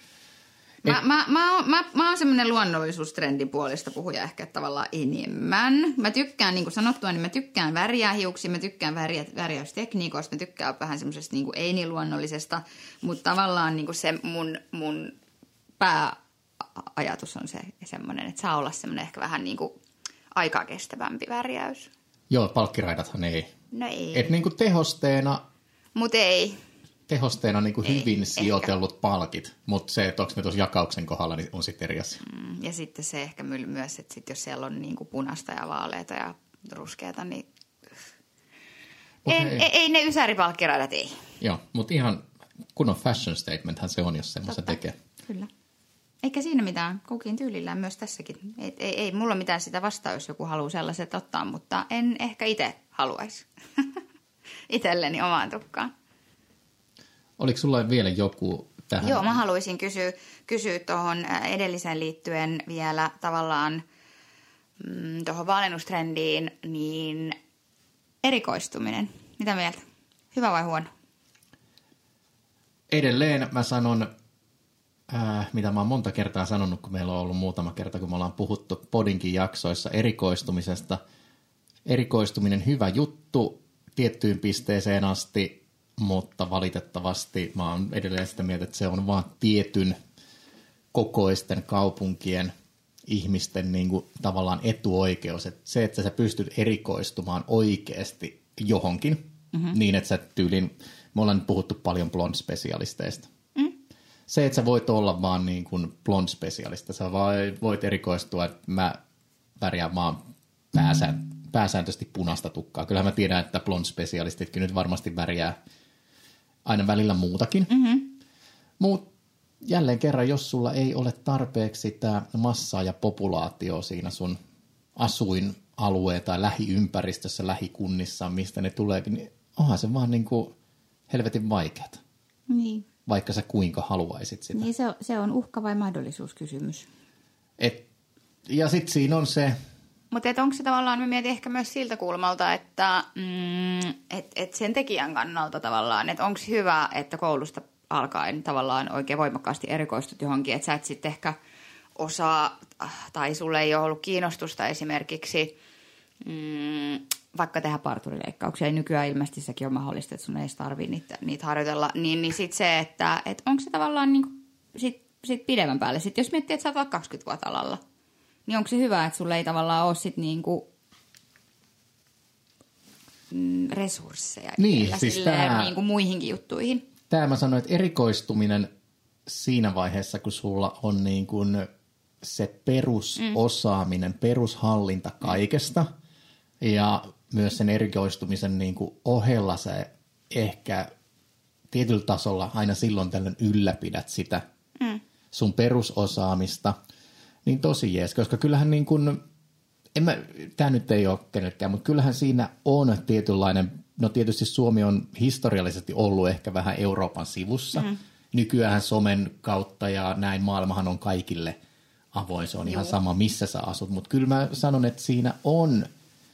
Mä oon semmoinen luonnollisuustrendin puolesta puhuja ehkä tavallaan enemmän. Mä tykkään, niin kuin sanottua, niin mä tykkään väriä hiuksia, mä tykkään värjäystekniikoista, mä tykkään vähän semmoisesta niin kuin ei-niin-luonnollisesta, mutta tavallaan niin kuin se mun pääajatus on se semmoinen, että saa olla semmoinen ehkä vähän niin kuin aikaa kestävämpi värjäys. Joo, palkkiraidathan ei. No ei. Et niin kuin tehosteena. Mut ei. Tehosteena niin kuin hyvin sijoitellut palkit, mutta se, että onko ne tuossa jakauksen kohdalla, niin on sitten eri asia. Ja sitten se ehkä myös, että sit jos siellä on niin kuin punaista ja vaaleita ja ruskeata, niin ei ne ysäripalkkiraidat, ei. Joo, mutta ihan kunnon fashion statementhan se on, jos semmoisen tekee. Kyllä. Eikä siinä mitään, kukin tyylillään myös tässäkin. Ei mulla mitään sitä vastaa, jos joku haluaa sellaiset ottaa, mutta en ehkä itse haluaisi itselleni omaan tukkaan. Oliko sulla vielä joku tähän? Joo, mä haluaisin kysyä tuohon edelliseen liittyen vielä tavallaan tuohon vaalennustrendiin, niin erikoistuminen. Mitä mieltä? Hyvä vai huono? Edelleen mä sanon, mitä mä oon monta kertaa sanonut, kun meillä on ollut muutama kerta, kun me ollaan puhuttu podinkin jaksoissa erikoistumisesta. Erikoistuminen hyvä juttu tiettyyn pisteeseen asti, mutta valitettavasti mä oon edelleen sitä mieltä, että se on vaan tietyn kokoisten kaupunkien ihmisten niin kuin tavallaan etuoikeus. Että se, että sä pystyt erikoistumaan oikeasti johonkin, Niin, että sä tyyliin, me ollaan nyt puhuttu paljon blond-spesialisteista. Se, että sä voit olla vaan niin kuin blond-spesialista, sä voit erikoistua, että mä värjään vaan pääsääntöisesti punaista tukkaa. Kyllähän mä tiedän, että blond-spesialistitkin nyt varmasti värjää aina välillä muutakin. Mutta jälleen kerran, jos sulla ei ole tarpeeksi sitä massaa ja populaatioa siinä sun asuinalueen tai lähiympäristössä, lähikunnissa, mistä ne tuleekin, niin onhan se vaan niin kuin helvetin vaikeata. Niin. Vaikka sä kuinka haluaisit sitä. Niin se on uhka vai mahdollisuuskysymys. Ja sitten siinä on se... Mutta onko se tavallaan, mä mietin ehkä myös siltä kulmalta, että sen tekijän kannalta tavallaan, että onko hyvä, että koulusta alkaen tavallaan oikein voimakkaasti erikoistut johonkin, että sä et sitten ehkä osaa, tai sulle ei ole ollut kiinnostusta esimerkiksi vaikka tehdä parturileikkauksia, ja nykyään ilmeisesti sekin on mahdollista, että sun ei tarvitse niitä harjoitella, niin sitten se, että onko se tavallaan niin sit pidemmän päälle, sitten jos miettii, että sä oot vaikka 20 vuotta alalla, niin onko se hyvä, että sulle ei tavallaan ole sit niinku resursseja niin, siis niinku muihinkin juttuihin. Tämä mä sanoin, että erikoistuminen siinä vaiheessa, kun sulla on niin kuin se perusosaaminen, perushallinta kaikesta ja myös sen erikoistumisen niin kuin ohella sä ehkä tietyllä tasolla aina silloin tällöin ylläpidät sitä sun perusosaamista, niin tosi jees, koska kyllähän niin kuin, tämä nyt ei ole kenellekään, mutta kyllähän siinä on tietynlainen, no tietysti Suomi on historiallisesti ollut ehkä vähän Euroopan sivussa. Nykyään somen kautta ja näin maailmahan on kaikille avoin, se on ihan sama missä sä asut, mutta kyllä mä sanon, että siinä on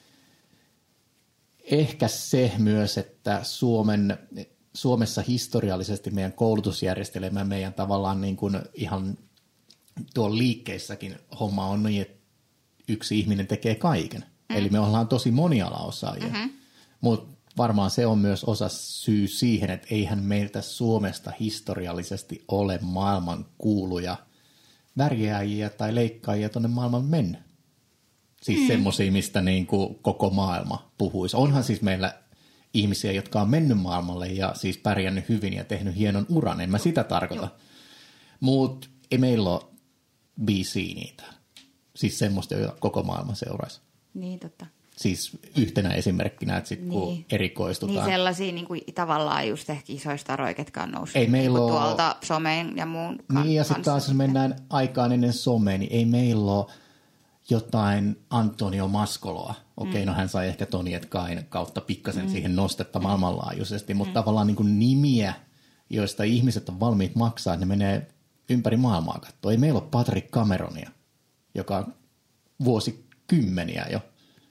ehkä se myös, että Suomessa historiallisesti meidän koulutusjärjestelmä, meidän tavallaan niin kuin ihan tuolla liikkeissäkin homma on niin, että yksi ihminen tekee kaiken. Eli me ollaan tosi monialaosaajia. Mutta varmaan se on myös osa syy siihen, että eihän meiltä Suomesta historiallisesti ole maailman kuuluja värjääjiä tai leikkaajia tuonne maailman mennyt. Siis semmoisia, mistä niin kuin koko maailma puhuisi. Onhan siis meillä ihmisiä, jotka on mennyt maailmalle ja siis pärjännyt hyvin ja tehnyt hienon uran. En mä sitä tarkoita. Mutta ei meillä ole BC niitä. Siis semmoista, jota koko maailma seuraisi. Niin, totta. Siis yhtenä esimerkkinä, että sitten kun erikoistutaan. Niin sellaisia niin kuin tavallaan just ehkä isoista staroja, ketkä on noussut ei meillä niin tuolta someen ja muun niin, ja sitten taas jos mennään aikaan ennen somea, niin ei meillä ole jotain Antonio Maskoloa. Okei, no hän sai ehkä Tony Etkain kautta pikkasen siihen nostetta maailmanlaajuisesti, mutta tavallaan niin kuin nimiä, joista ihmiset on valmiit maksaa, että ne menee ympäri maailmaa katsoa. Ei meillä ole Patrick Cameronia, joka on vuosikymmeniä jo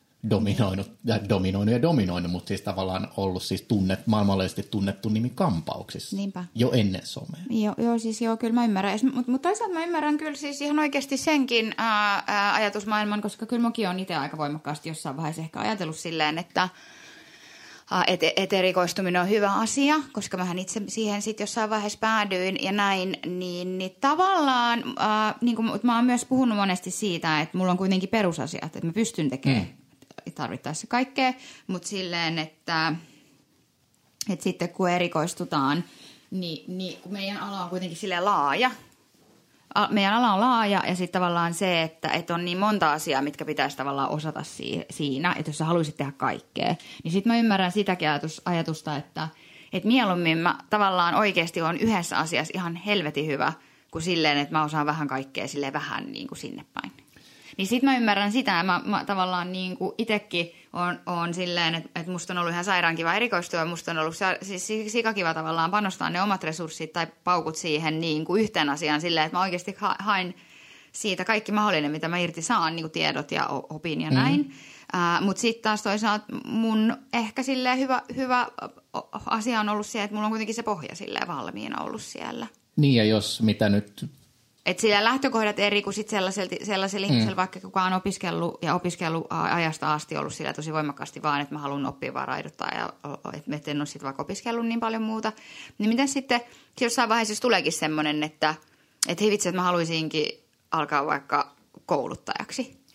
dominoinut, mutta siis tavallaan ollut siis maailmanlaajuisesti tunnettu nimi kampauksissa. Niinpä. Jo ennen somea. Joo, kyllä mä ymmärrän. Mutta toisaalta mä ymmärrän kyllä siis ihan oikeasti senkin ajatusmaailman, koska kyllä mäkin olen itse aika voimakkaasti jossain vaiheessa ehkä ajatellut silleen, että erikoistuminen on hyvä asia, koska mähän itse siihen sitten jossain vaiheessa päädyin ja näin, niin tavallaan, niin kuin mä oon myös puhunut monesti siitä, että mulla on kuitenkin perusasiat, että mä pystyn tekemään tarvittaessa kaikkea, mutta silleen, että sitten kun erikoistutaan, niin kun meidän ala on kuitenkin silleen laaja, meidän ala on laaja ja sitten tavallaan se, että on niin monta asiaa, mitkä pitäisi tavallaan osata siinä, että jos sä haluaisit tehdä kaikkea, niin sitten mä ymmärrän sitäkin ajatusta, että mieluummin mä tavallaan oikeasti on yhdessä asiassa ihan helvetin hyvä, kuin silleen, että mä osaan vähän kaikkea silleen vähän niin kuin sinne päin. Niin sitten mä ymmärrän sitä, ja mä tavallaan niin kuin itsekin on silleen, että musta on ollut ihan sairaan kiva erikoistua, musta on ollut siis sikakiva tavallaan panostaa ne omat resurssit tai paukut siihen niin kuin yhteen asiaan silleen, että mä oikeasti hain siitä kaikki mahdollinen, mitä mä irti saan, niin kuin tiedot ja opin ja näin. Mutta sitten taas toisaalta mun ehkä silleen hyvä asia on ollut se, että mulla on kuitenkin se pohja silleen valmiina ollut siellä. Niin ja jos mitä nyt... Että sillä lähtökohdat eri kuin sitten sellaisella ihmisellä, vaikka kuka on opiskellut ajasta asti ollut sillä tosi voimakkaasti vaan, että mä haluan oppia vaan raiduttaa ja että en ole sitten vaikka opiskellut niin paljon muuta. Niin miten sitten jossain vaiheessa jos tuleekin semmoinen, että hei vitsi, että mä haluaisinkin alkaa vaikka kouluttajaksi.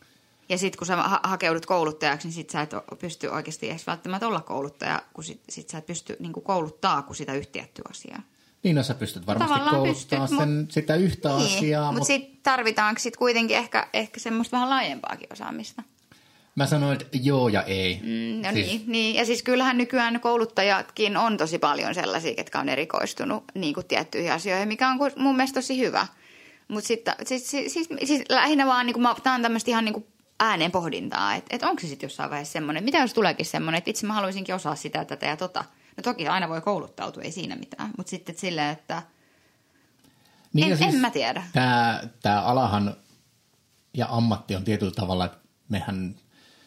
Ja sitten kun sä hakeudut kouluttajaksi, niin sit sä et pysty oikeasti edes välttämättä olla kouluttaja, kun sit sä et pysty niin kuin kouluttaa kuin sitä yhtä tiettyä asiaa. Niin, no sä pystyt varmasti kouluttaa sitä yhtä asiaa. Mutta sitten tarvitaanko sitten kuitenkin ehkä semmoista vähän laajempaakin osaamista? Mä sanoin, että joo ja ei. No siis... niin. Ja siis kyllähän nykyään kouluttajatkin on tosi paljon sellaisia, ketkä on erikoistunut niin kuin tiettyihin asioihin, mikä on mun mielestä tosi hyvä. Mutta sitten siis lähinnä vaan, niin tämä on tämmöistä ihan niin kuin ääneen pohdintaa, että onko se sitten jossain vaiheessa semmoinen, mitä jos tuleekin semmoinen, että itse mä haluaisinkin osaa sitä, tätä ja tota. No toki aina voi kouluttautua, ei siinä mitään, mutta sitten silleen, että niin en mä tiedä. Tämä alahan ja ammatti on tietyllä tavalla, että mehän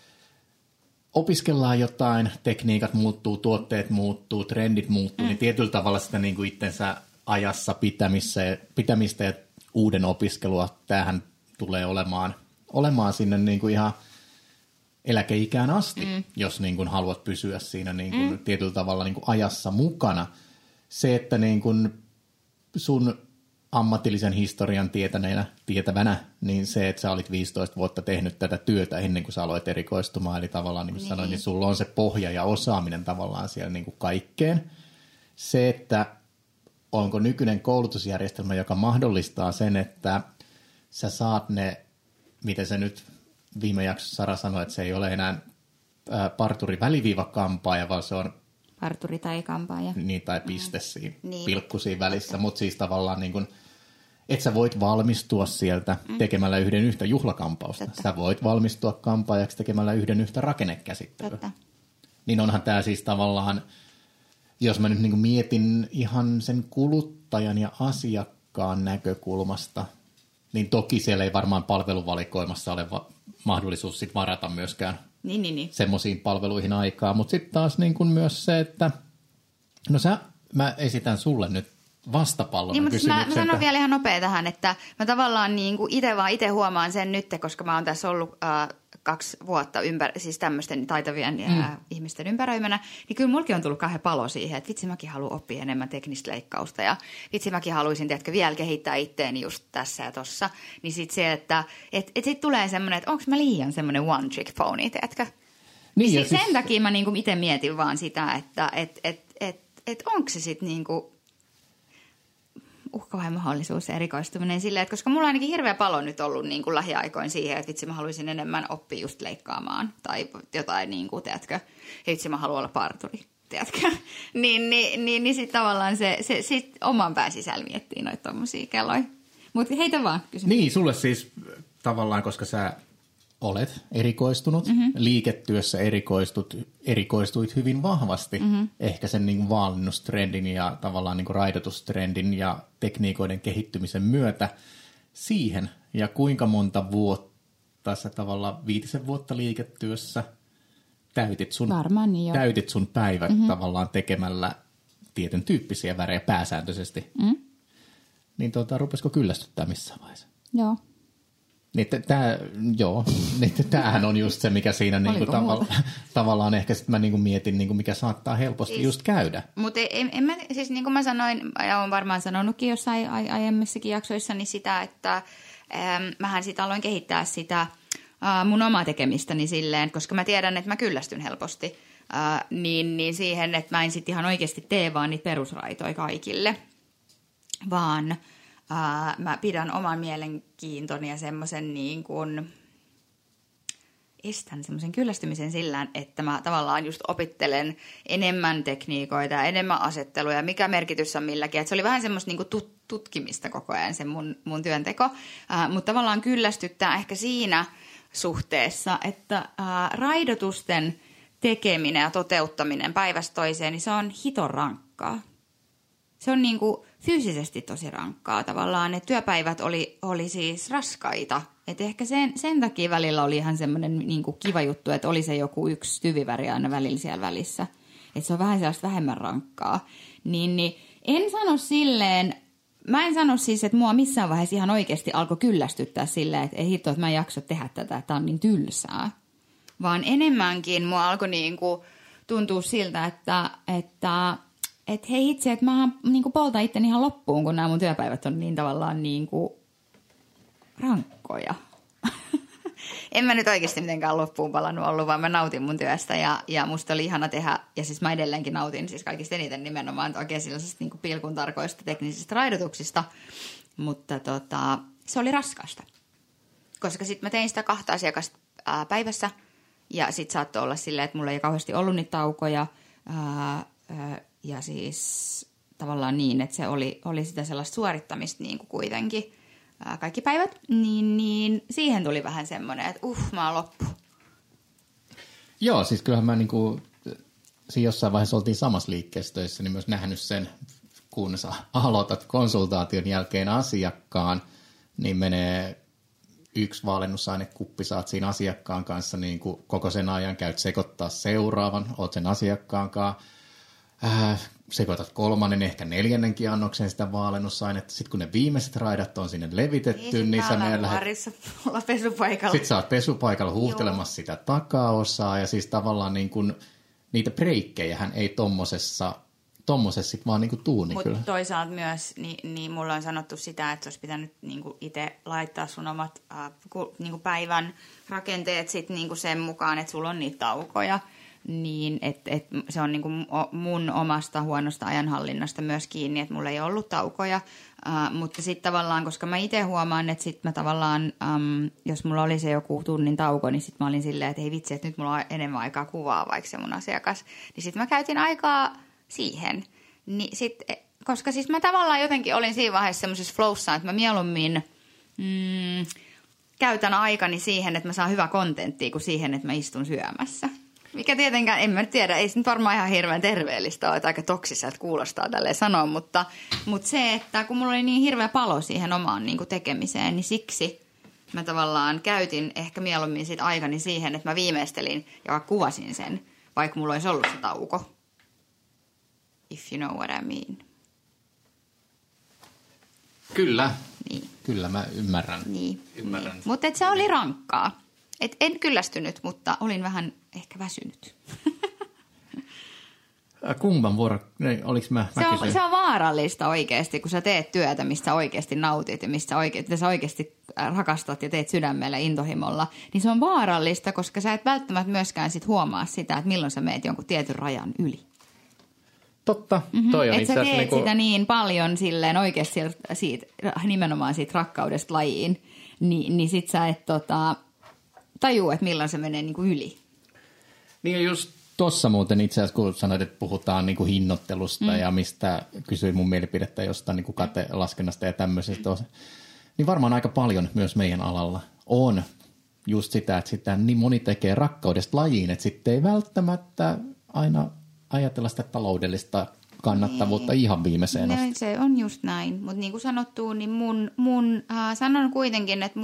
opiskellaan jotain, tekniikat muuttuu, tuotteet muuttuu, trendit muuttuu, niin tietyllä tavalla sitä niin kuin itsensä ajassa pitämistä ja uuden opiskelua, tämähän tulee olemaan sinne niin kuin ihan eläkeikään asti, jos niin kuin haluat pysyä siinä niin kuin tietyllä tavalla niin kuin ajassa mukana. Se, että niin kuin sun ammatillisen historian tietävänä, niin se, että sä olit 15 vuotta tehnyt tätä työtä ennen kuin sä aloit erikoistumaan, eli tavallaan niin kuin sanoin, niin sulla on se pohja ja osaaminen tavallaan siellä niin kuin kaikkeen. Se, että onko nykyinen koulutusjärjestelmä, joka mahdollistaa sen, että sä saat ne, miten se nyt viime jaksossa Sara sanoi, että se ei ole enää parturi-väliviivakampaaja, vaan se on parturi tai kampaaja. Niin, tai piste siinä, pilkku siinä välissä, mutta siis tavallaan niin kuin, että sä voit valmistua sieltä tekemällä yhden yhtä juhlakampausta. Totta. Sä voit valmistua kampaajaksi tekemällä yhden yhtä rakennekäsittelyä. Totta. Niin onhan tämä siis tavallaan, jos mä nyt niin kuin mietin ihan sen kuluttajan ja asiakkaan näkökulmasta, niin toki siellä ei varmaan palveluvalikoimassa ole mahdollisuus sit varata myöskään semmoisiin palveluihin aikaa. Mutta sitten taas niin kuin myös se, että no mä esitän sulle nyt vastapallon kysymyksen. Mä sanon vielä ihan nopea tähän, että mä tavallaan niin kuin itse huomaan sen nyt, koska mä oon tässä ollut 2 vuotta siis tämmöisten taitavien ihmisten ympäröimänä, niin kyllä mulkin on tullut kahden palo siihen, että vitsi mäkin haluan oppia enemmän teknistä leikkausta ja vitsi mäkin haluaisin, tiedätkö, vielä kehittää itteeni just tässä ja tossa. Niin sit se, että sit tulee semmoinen, että onko mä liian semmoinen one trick pony, tiedätkö? Niin, sen takia mä niinku itse mietin vaan sitä, että onko se sitten niinku uhkava mahdollisuus erikoistuminen silleen, että koska mulla on ainakin hirveä palo nyt ollut niin kuin lähiaikoin siihen, että vitsi mä haluaisin enemmän oppia just leikkaamaan tai jotain niin kuin, tiedätkö, vitsi mä haluan olla parturi, tiedätkö, niin sitten tavallaan se sit oman pään sisällä miettii noita tommosia kelloja. Mutta heitä vaan kysymys. Niin, sulle siis tavallaan, koska sä olet erikoistunut, liiketyössä erikoistuit hyvin vahvasti ehkä sen niin kuin valmennustrendin ja tavallaan niin kuin raidotustrendin ja tekniikoiden kehittymisen myötä siihen. Ja kuinka monta vuotta sä tavallaan 5 vuotta liiketyössä täytit sun päivät tavallaan tekemällä tietyn tyyppisiä värejä pääsääntöisesti. Niin rupesiko kyllästyttää missään vaiheessa? Joo. Tämähän on just se, mikä siinä niinku tavallaan ehkä sit mä niinku mietin, niinku mikä saattaa helposti siis, just käydä. Mutta en mä, siis niin kuin mä sanoin, ja olen varmaan sanonutkin jossain aiemmissakin jaksoissa, niin sitä, että mähän sit aloin kehittää sitä mun omaa tekemistäni silleen, koska mä tiedän, että mä kyllästyn helposti, niin siihen, että mä en sit ihan oikeasti tee vaan niitä perusraitoja kaikille, vaan mä pidän oman mielenkiintoni ja semmoisen niin kuin estän semmoisen kyllästymisen sillä, että mä tavallaan just opittelen enemmän tekniikoita ja enemmän asetteluja, mikä merkitys on milläkin. Et se oli vähän semmoista niin kuin tutkimista koko ajan se mun työnteko, mutta tavallaan kyllästyttää ehkä siinä suhteessa, että raidotusten tekeminen ja toteuttaminen päivästä toiseen, niin se on hiton rankkaa. Se on niin kuin fyysisesti tosi rankkaa tavallaan, että työpäivät oli siis raskaita. Että ehkä sen takia välillä oli ihan semmoinen niin kuin kiva juttu, että oli se joku yksi tyviväri aina välillä siellä välissä. Että se on vähän sellaista vähemmän rankkaa. Niin en sano silleen, mä en sano siis, että mua missään vaiheessa ihan oikeasti alkoi kyllästyttää silleen, että ei hitto, että mä en jaksa tehdä tätä, että tää on niin tylsää. Vaan enemmänkin mua alkoi niin kuin tuntua siltä, että hei itse, että mä niin poltan itteni ihan loppuun, kun nämä mun työpäivät on niin tavallaan niin kuin rankkoja. en mä nyt oikeasti mitenkään loppuun palannut ollut, vaan mä nautin mun työstä ja musta oli ihana tehdä, ja siis mä edelleenkin nautin siis kaikista eniten nimenomaan oikein sellaisista niin kuin pilkun tarkoista teknisistä raidotuksista, mutta se oli raskasta, koska sitten mä tein sitä 2 asiakasta päivässä, ja sitten saattoi olla silleen, että mulla ei kauheasti ollut niitä taukoja, ja siis tavallaan niin, että se oli sitä sellaista suorittamista niin kuin kuitenkin kaikki päivät, niin siihen tuli vähän semmoinen, että mä oon loppu. Joo, siis kyllähän mä niinku, siinä jossain vaiheessa oltiin samassa liikkeessä töissä, niin myös nähnyt sen, kun sä aloitat konsultaation jälkeen asiakkaan, niin menee 1 valennusainekuppi, saat siinä asiakkaan kanssa niin kuin koko sen ajan, käyt sekoittaa seuraavan, oot sen asiakkaan kanssa, sekoitat 3., ehkä 4. annoksen sitä valennusainetta. Sitten kun ne viimeiset raidat on sinne levitetty, niin sä meidän pesupaikalla. Sitten sä oot pesupaikalla huuhtelemassa sitä takaosaa, ja siis tavallaan niin kuin, niitä breikkejähän ei tommosessa sit vaan niinku tuu. Mutta toisaalta myös, niin mulla on sanottu sitä, että olisi pitänyt niinku itse laittaa sun omat niinku päivän rakenteet sit niinku sen mukaan, että sulla on niitä taukoja. Niin, että se on niinku mun omasta huonosta ajanhallinnasta myös kiinni, että mulla ei ollut taukoja. Mutta sitten tavallaan, koska mä itse huomaan, että sitten mä tavallaan, jos mulla oli se joku tunnin tauko, niin sitten mä olin silleen, että ei vitsi, että nyt mulla on enemmän aikaa kuvaa vaikka se mun asiakas. Niin sitten mä käytin aikaa siihen. Niin koska siis mä tavallaan jotenkin olin siinä vaiheessa semmoisessa flowssa, että mä mieluummin käytän aikani siihen, että mä saan hyvää kontenttia, kuin siihen, että mä istun syömässä. Mikä tietenkään, en mä nyt tiedä, ei se nyt varmaan ihan hirveän terveellistä ole, että aika toksiselta kuulostaa tälleen sanoa, mutta se, että kun mulla oli niin hirveä palo siihen omaan niin kuin tekemiseen, niin siksi mä tavallaan käytin ehkä mieluummin sit aikani siihen, että mä viimeistelin ja kuvasin sen, vaikka mulla olisi ollut se tauko. If you know what I mean. Kyllä. Niin. Kyllä mä ymmärrän. Niin. Mutta se oli rankkaa. En kyllästynyt, mutta olin vähän ehkä väsynyt. Kumman vuoro? Oliko mä se on vaarallista oikeasti, kun sä teet työtä, mistä oikeasti nautit ja mistä sä oikeasti rakastat ja teet sydämellä intohimolla. Niin se on vaarallista, koska sä et välttämättä myöskään sit huomaa sitä, että milloin sä meet jonkun tietyn rajan yli. Totta. Toi on että sä teet niinku sitä niin paljon silleen oikeasti nimenomaan siitä rakkaudesta lajiin, niin sit sä et tajuu, että milloin se menee niinku yli. Niin just tuossa muuten itse asiassa, kun sanoit, että puhutaan niinku hinnoittelusta ja mistä kysyin mun mielipidettä jostain niinku katelaskennasta ja tämmöisestä, niin varmaan aika paljon myös meidän alalla on just sitä, että sitä niin moni tekee rakkaudesta lajiin, että sitten ei välttämättä aina ajatella sitä taloudellista kannattavuutta ihan viimeiseen asti. Se on just näin, mutta niin kuin sanottu, niin sanon kuitenkin, että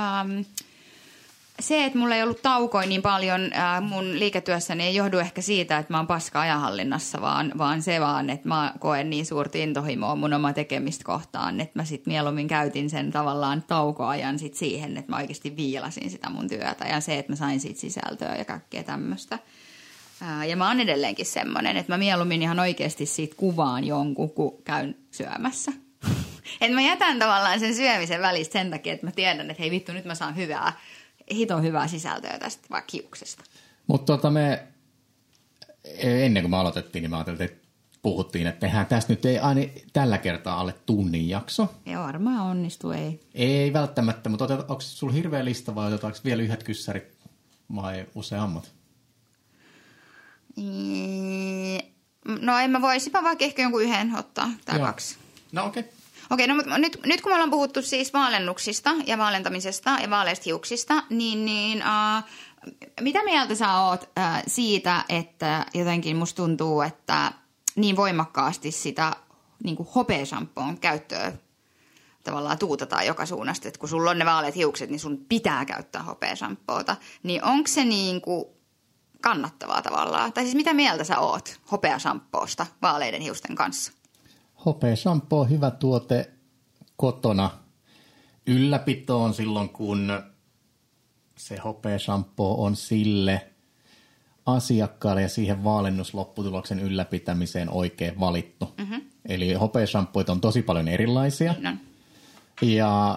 se, että mulla ei ollut taukoja niin paljon mun liiketyössäni ei johdu ehkä siitä, että mä oon paska ajanhallinnassa, vaan se vaan, että mä koen niin suurta intohimoa mun oma tekemistä kohtaan, että mä sit mieluummin käytin sen tavallaan taukoajan sit siihen, että mä oikeasti viilasin sitä mun työtä ja se, että mä sain siitä sisältöä ja kaikkea tämmöistä. Ja mä oon edelleenkin semmoinen, että mä mieluummin ihan oikeasti siitä kuvaan jonkun, kun käyn syömässä. Että mä jätän tavallaan sen syömisen välistä sen takia, että mä tiedän, että hei vittu, nyt mä saan hiton hyvää sisältöä tästä vaikka hiuksesta. Mutta me ennen kuin me aloitettiin, niin mä ajattelin, että puhuttiin, että tehdään tästä nyt ei aina tällä kertaa alle tunnin jakso. Ei varmaan onnistu, ei. Ei välttämättä, mutta onko sulla hirveä lista vai otetaanko vielä 1 kyssärit vai useammat? No en mä voisipa vaikka ehkä jonkun 1 ottaa tai 2. No okei. Okei, no mutta nyt kun me ollaan puhuttu siis vaalennuksista ja vaalentamisesta ja vaaleista hiuksista, niin mitä mieltä sä oot siitä, että jotenkin musta tuntuu, että niin voimakkaasti sitä niin kuin hopeashampoon käyttöä tavallaan tuutataan joka suunnasta, että kun sulla on ne vaaleat hiukset, niin sun pitää käyttää hopeashampoota, niin onko se niin kuin kannattavaa tavallaan? Tai siis mitä mieltä sä oot hopeashampoosta vaaleiden hiusten kanssa? Hopea-shampoo on hyvä tuote kotona ylläpitoon silloin, kun se hopea-shampoo on sille asiakkaalle ja siihen vaalennuslopputulokseen ylläpitämiseen oikein valittu. Mm-hmm. Eli hopea-shampoita on tosi paljon erilaisia. No. Ja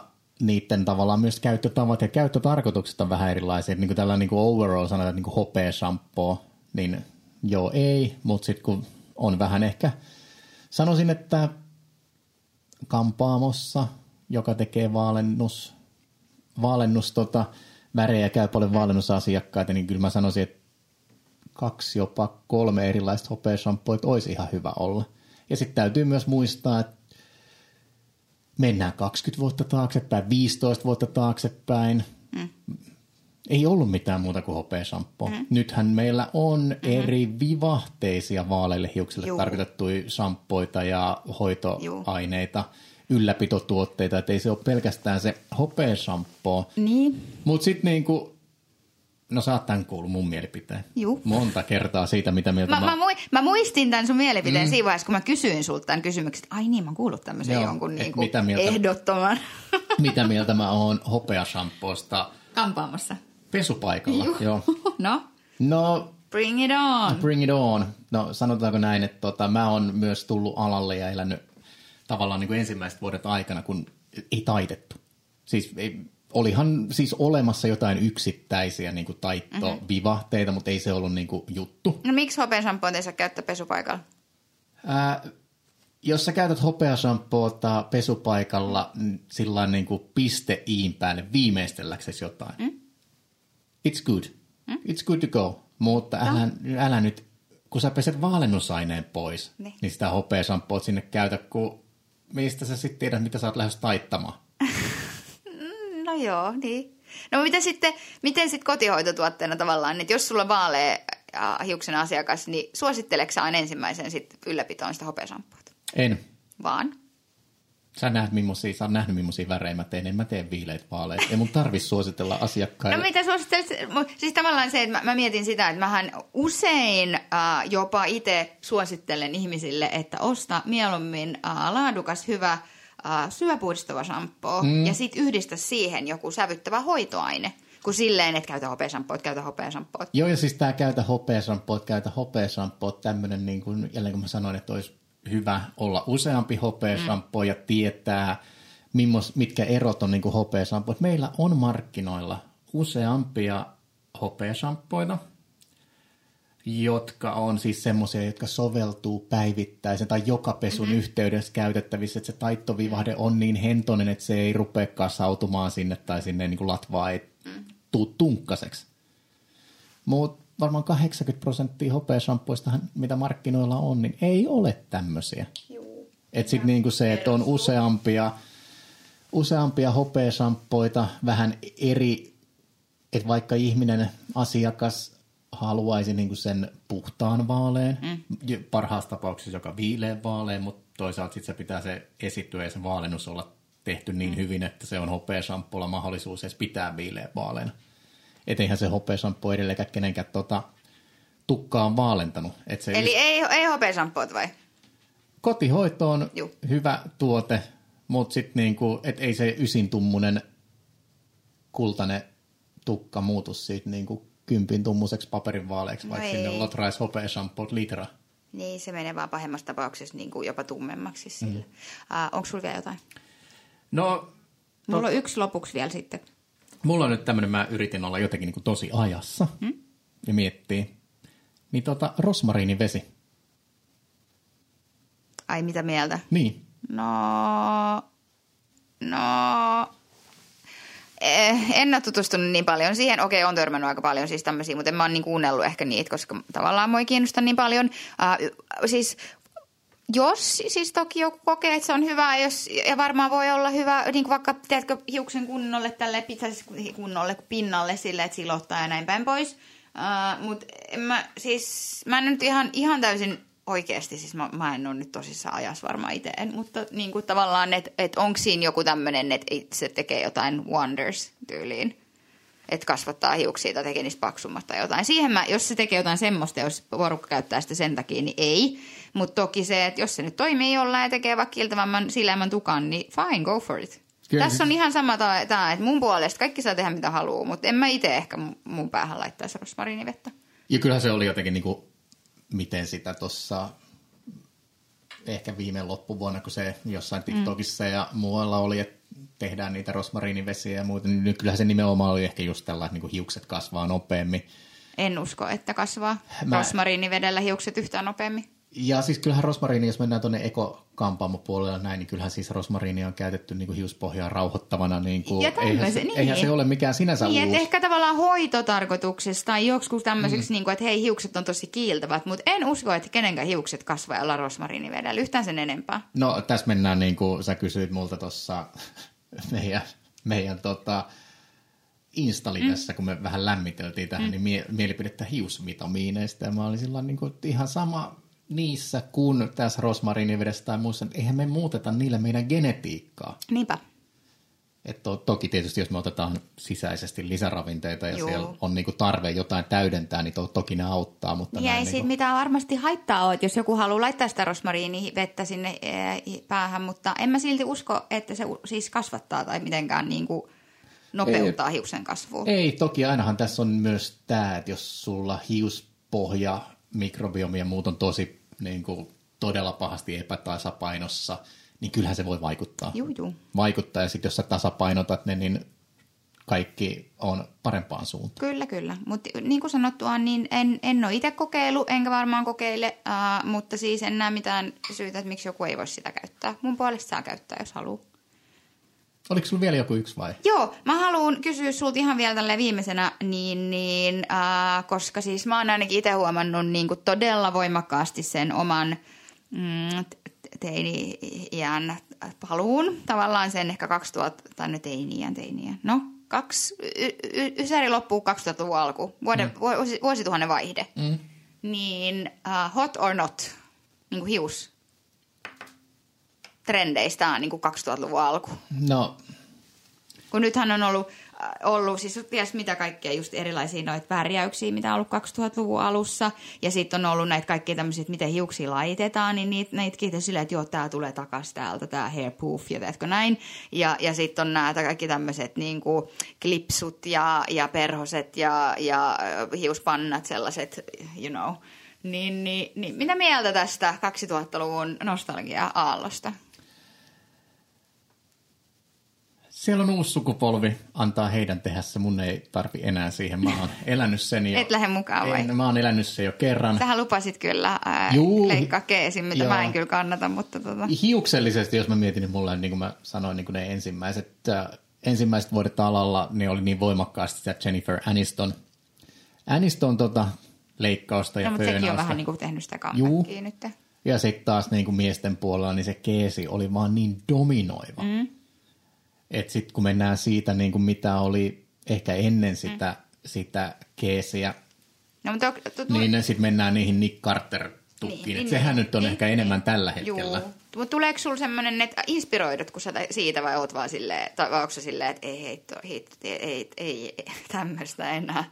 niiden tavallaan myös käyttötavat ja käyttötarkoitukset on vähän erilaisia. Niin kuin tällä niin kuin overall sanotaan, että niin kuin hopea-shampoo, niin joo ei, mutta sitten kun on vähän ehkä, sanoisin, että kampaamossa, joka tekee vaalennus värejä, käy paljon vaalennusasiakkaita, niin kyllä mä sanoisin, että 2 jopa 3 erilaista hopea-shampooita olisi ihan hyvä olla. Ja sitten täytyy myös muistaa, että mennään 20 vuotta taaksepäin, 15 vuotta taaksepäin. Ei ollut mitään muuta kuin hopea-shampoo. Nythän meillä on eri vivahteisia vaaleille hiuksille tarkoitettuja shampooita ja hoitoaineita, ylläpitotuotteita, että ei se ole pelkästään se hopea-shampoo. Niin. Mutta sitten niinku, no sä oot tämän kuullut mun mielipiteen. Monta kertaa siitä, mitä mieltä mä muistin tämän sun mielipiteen siinä vaiheessa, kun mä kysyin sulta tämän kysymyksen, ai niin, mä oon kuullut tämmöisen jonkun niinku ehdottoman. Mitä mieltä mä oon hopea-shampoosta? Kampaamassa. Pesupaikalla, joo. No, bring it on. Bring it on. No sanotaanko näin, että mä oon myös tullut alalle ja elänyt tavallaan niin kuin ensimmäiset vuodet aikana, kun ei taitettu. Siis olihan siis olemassa jotain yksittäisiä niin kuin taittovivahteita, mutta ei se ollut niin kuin juttu. No miksi hopea-shampoota ei saa käyttää pesupaikalla? Jos sä käytät hopea-shampoota pesupaikalla sillä niin kuin piste iin päälle viimeistelläksesi jotain. It's good. It's good to go. Mutta älä nyt, kun sä peset valennusaineen pois, niin sitä hopea-shampoota sinne käytä, kun mistä sä sitten tiedät, mitä sä oot lähes taittamaan. No joo, niin. No miten sitten kotihoitotuotteena tavallaan, että jos sulla on vaalea hiuksen asiakas, niin suositteleksä aina ensimmäisen sit ylläpitoon sitä hopea-shampoota? En. Vaan? Sä oot nähnyt millaisia värejä mä teen. En mä tee viileitä vaaleita. Ei mun tarvitse suositella asiakkaille. No mitä suosittelet? Siis tavallaan se, että mä mietin sitä, että mähän usein jopa itse suosittelen ihmisille, että osta mieluummin laadukas, hyvä syöpuhdistava shampoo ja sitten yhdistä siihen joku sävyttävä hoitoaine. Kuin silleen, että käytä hopea-shampoot. Joo, ja siis tää käytä hopea-shampoot, tämmönen niin kuin, jälleen kun mä sanoin, että olisi hyvä olla useampi hopea-shampoo ja tietää, mitkä erot on niin kuin hopea-shampoot. Meillä on markkinoilla useampia hopea-shampoita, jotka on siis semmoisia, jotka soveltuu päivittäisen tai joka pesun yhteydessä käytettävissä, että se taittovivahde on niin hentoinen, että se ei rupea kasautumaan sinne tai sinne niin kuin latvaa ei tuu tunkkaseksi. Mutta varmaan 80% hopea-shampoistahan, mitä markkinoilla on, niin ei ole tämmöisiä. Että sitten niinku se, että on useampia hopea-shampoita, vähän eri, että vaikka ihminen, asiakas haluaisi niinku sen puhtaan vaaleen, parhaassa tapauksessa joka viileän vaaleen, mutta toisaalta sitten se pitää se esittyä ja se vaalennus olla tehty niin hyvin, että se on hopea-shampoolla mahdollisuus edes pitää viileän vaaleena. Et eihän se hopea-shampoo edelleenkään kenenkään tukkaa on vaalentanut. Eli ei hopea-shampoot vai? Kotihoito on hyvä tuote, mutta sitten niinku, ei se ysintummunen kultainen tukka muutu siitä niinku 10 tummuseksi paperin vaaleeksi, vaikka sinne lotrais hopea-shampoot litra. Niin, se menee vaan pahemmassa tapauksessa niinku jopa tummemmaksi sille. Onko sulla vielä jotain? No, mulla on yksi lopuksi vielä sitten. Mulla on nyt tämmöinen, mä yritin olla jotenkin niin kuin tosi ajassa ja miettii. Niin rosmariinivesi. Ai mitä mieltä? Niin. No, en ole tutustunut niin paljon siihen. Okei, on törmännyt aika paljon siis tämmöisiä, mutta en mä ole niin kuunnellut ehkä niitä, koska tavallaan mua ei kiinnosta niin paljon. Jos siis toki joku kokee, että se on hyvä, ja varmaan voi olla hyvä, niin kuin vaikka, tiedätkö, hiuksen kunnolle, tälle kunnolle, pinnalle sille, että silottaa ja näin päin pois. Mutta mä en nyt ihan täysin oikeasti, siis mä en ole nyt tosissaan ajassa varmaan itse, mutta niin kuin tavallaan, että onko siinä joku tämmöinen, että se tekee jotain wonders tyyliin. Että kasvattaa hiuksia tai tekee niistä paksummat tai jotain. Siihen jos se tekee jotain semmoista, jos porukka käyttää sitä sen takia, niin ei. Mutta toki se, että jos se nyt toimii jollain ja tekee vaikka kiiltävämmän sileämmän tukan, niin fine, go for it. Kyllä. Tässä on ihan sama tämä, että mun puolesta kaikki saa tehdä mitä haluaa, mutta en mä itse ehkä mun päähän laittaisi rosmariinivettä. Ja kyllähän se oli jotenkin niin kuin, miten sitä tuossa ehkä viime loppuvuonna, kun se jossain TikTokissa ja muualla oli, että tehdään niitä rosmariinivesiä ja muuta, niin kyllähän se nimenomaan oli ehkä just tällainen, että niin kuin hiukset kasvaa nopeammin. En usko, että kasvaa rosmariinivedellä hiukset yhtään nopeammin. Ja siis kyllähän rosmariini, jos mennään tuonne ekokampaamopuolella näin, niin kyllähän siis rosmariinia on käytetty niin kuin hiuspohjaa rauhoittavana. Niin kuin, eihän se ole mikään sinänsä niin, uusi. Että ehkä tavallaan hoitotarkoituksessa tai joskus tämmöiseksi, niin kuin, että hei, hiukset on tosi kiiltävät, mutta en usko, että kenenkään hiukset kasvaa jollain rosmariinivedellä yhtään sen enempää. No tässä mennään niin kuin sä kysyit multa tuossa meidän Insta-livessä, kun me vähän lämmiteltiin tähän, niin mielipidettä hiusvitamiineista. Ja mä olin silloin niin kuin, ihan sama niissä kuin tässä rosmariinivedessä tai muissa. Eihän me muuteta niillä meidän genetiikkaa. Niinpä. Että toki tietysti, jos me otetaan sisäisesti lisäravinteita ja siellä on niin kuin tarve jotain täydentää, niin toki ne auttaa. Mutta ja ei siitä mitään varmasti haittaa ole, että jos joku haluaa laittaa sitä rosmariinivettä sinne päähän, mutta en mä silti usko, että se siis kasvattaa tai mitenkään niin kuin nopeuttaa hiuksen kasvua. Ei, toki ainahan tässä on myös tämä, että jos sulla hiuspohja, mikrobiomi ja muut on tosi niin kuin, todella pahasti epätasapainossa, niin kyllähän se voi vaikuttaa. Juu. Vaikuttaa, ja sitten jos sä tasapainotat ne, niin kaikki on parempaan suuntaan. Kyllä. Mutta niin kuin sanottua, niin en ole itse kokeillut, enkä varmaan kokeile, mutta siis en näe mitään syytä, että miksi joku ei voi sitä käyttää. Mun puolesta saa käyttää, jos haluaa. Oliko sulla vielä joku yksi vai? Joo, mä haluan kysyä sulta ihan vielä tälleen viimeisenä, koska siis mä oon ainakin itse huomannut niin kuin todella voimakkaasti sen oman teini-iän paluun. Tavallaan sen ehkä 2000, tai nyt teini-iän. No, ysäri loppuu 2000-luvun alku, vuosituhannen vaihde. Niin hot or not, niin kuin hius. Trendeistä on niin kuin 2000-luvun alku. No. Kun nythän on ollut siis ties mitä kaikkea just erilaisia noita värjäyksiä, mitä on ollut 2000-luvun alussa. Ja sitten on ollut näitä kaikkia tämmöisiä, että miten hiuksia laitetaan, niin näitä kiitos silleen, että joo, tää tulee takaisin täältä, tää hair poof ja teetkö näin. Ja sitten on nämä kaikki tämmöiset niinku klipsut ja perhoset ja hiuspannat, sellaiset, you know. Niin, mitä mieltä tästä 2000-luvun nostalgia-aallosta? Siellä on uusi sukupolvi, antaa heidän tehdä se, mun ei tarvi enää siihen. Mä oon elänyt sen jo. Et lähde mukaan vai? Mä oon elänyt sen jo kerran. Sähän lupasit kyllä leikkaa keesin, mitä mä en kyllä kannata, mutta Hiuksellisesti, jos mä mietin, niin mulla niin kuin mä sanoin, niin kuin ne ensimmäiset vuodet alalla, ne oli niin voimakkaasti sitä Jennifer Aniston leikkausta ja mutta sekin on vähän niin kuin tehnyt sitä comebackia nyt. Ja sitten taas niin kuin miesten puolella, niin se keesi oli vaan niin dominoiva. Että sitten kun mennään siitä, niin kuin mitä oli ehkä ennen sitä keesiä, niin sitten mennään niihin Nick Carter-tukkiin. Niin, sehän nyt on ehkä enemmän tällä hetkellä. Mutta tuleeko sulla semmoinen, että inspiroidut kun sä siitä vai oot vaan silleen, tai onko sä silleen, että ei tämmöistä enää?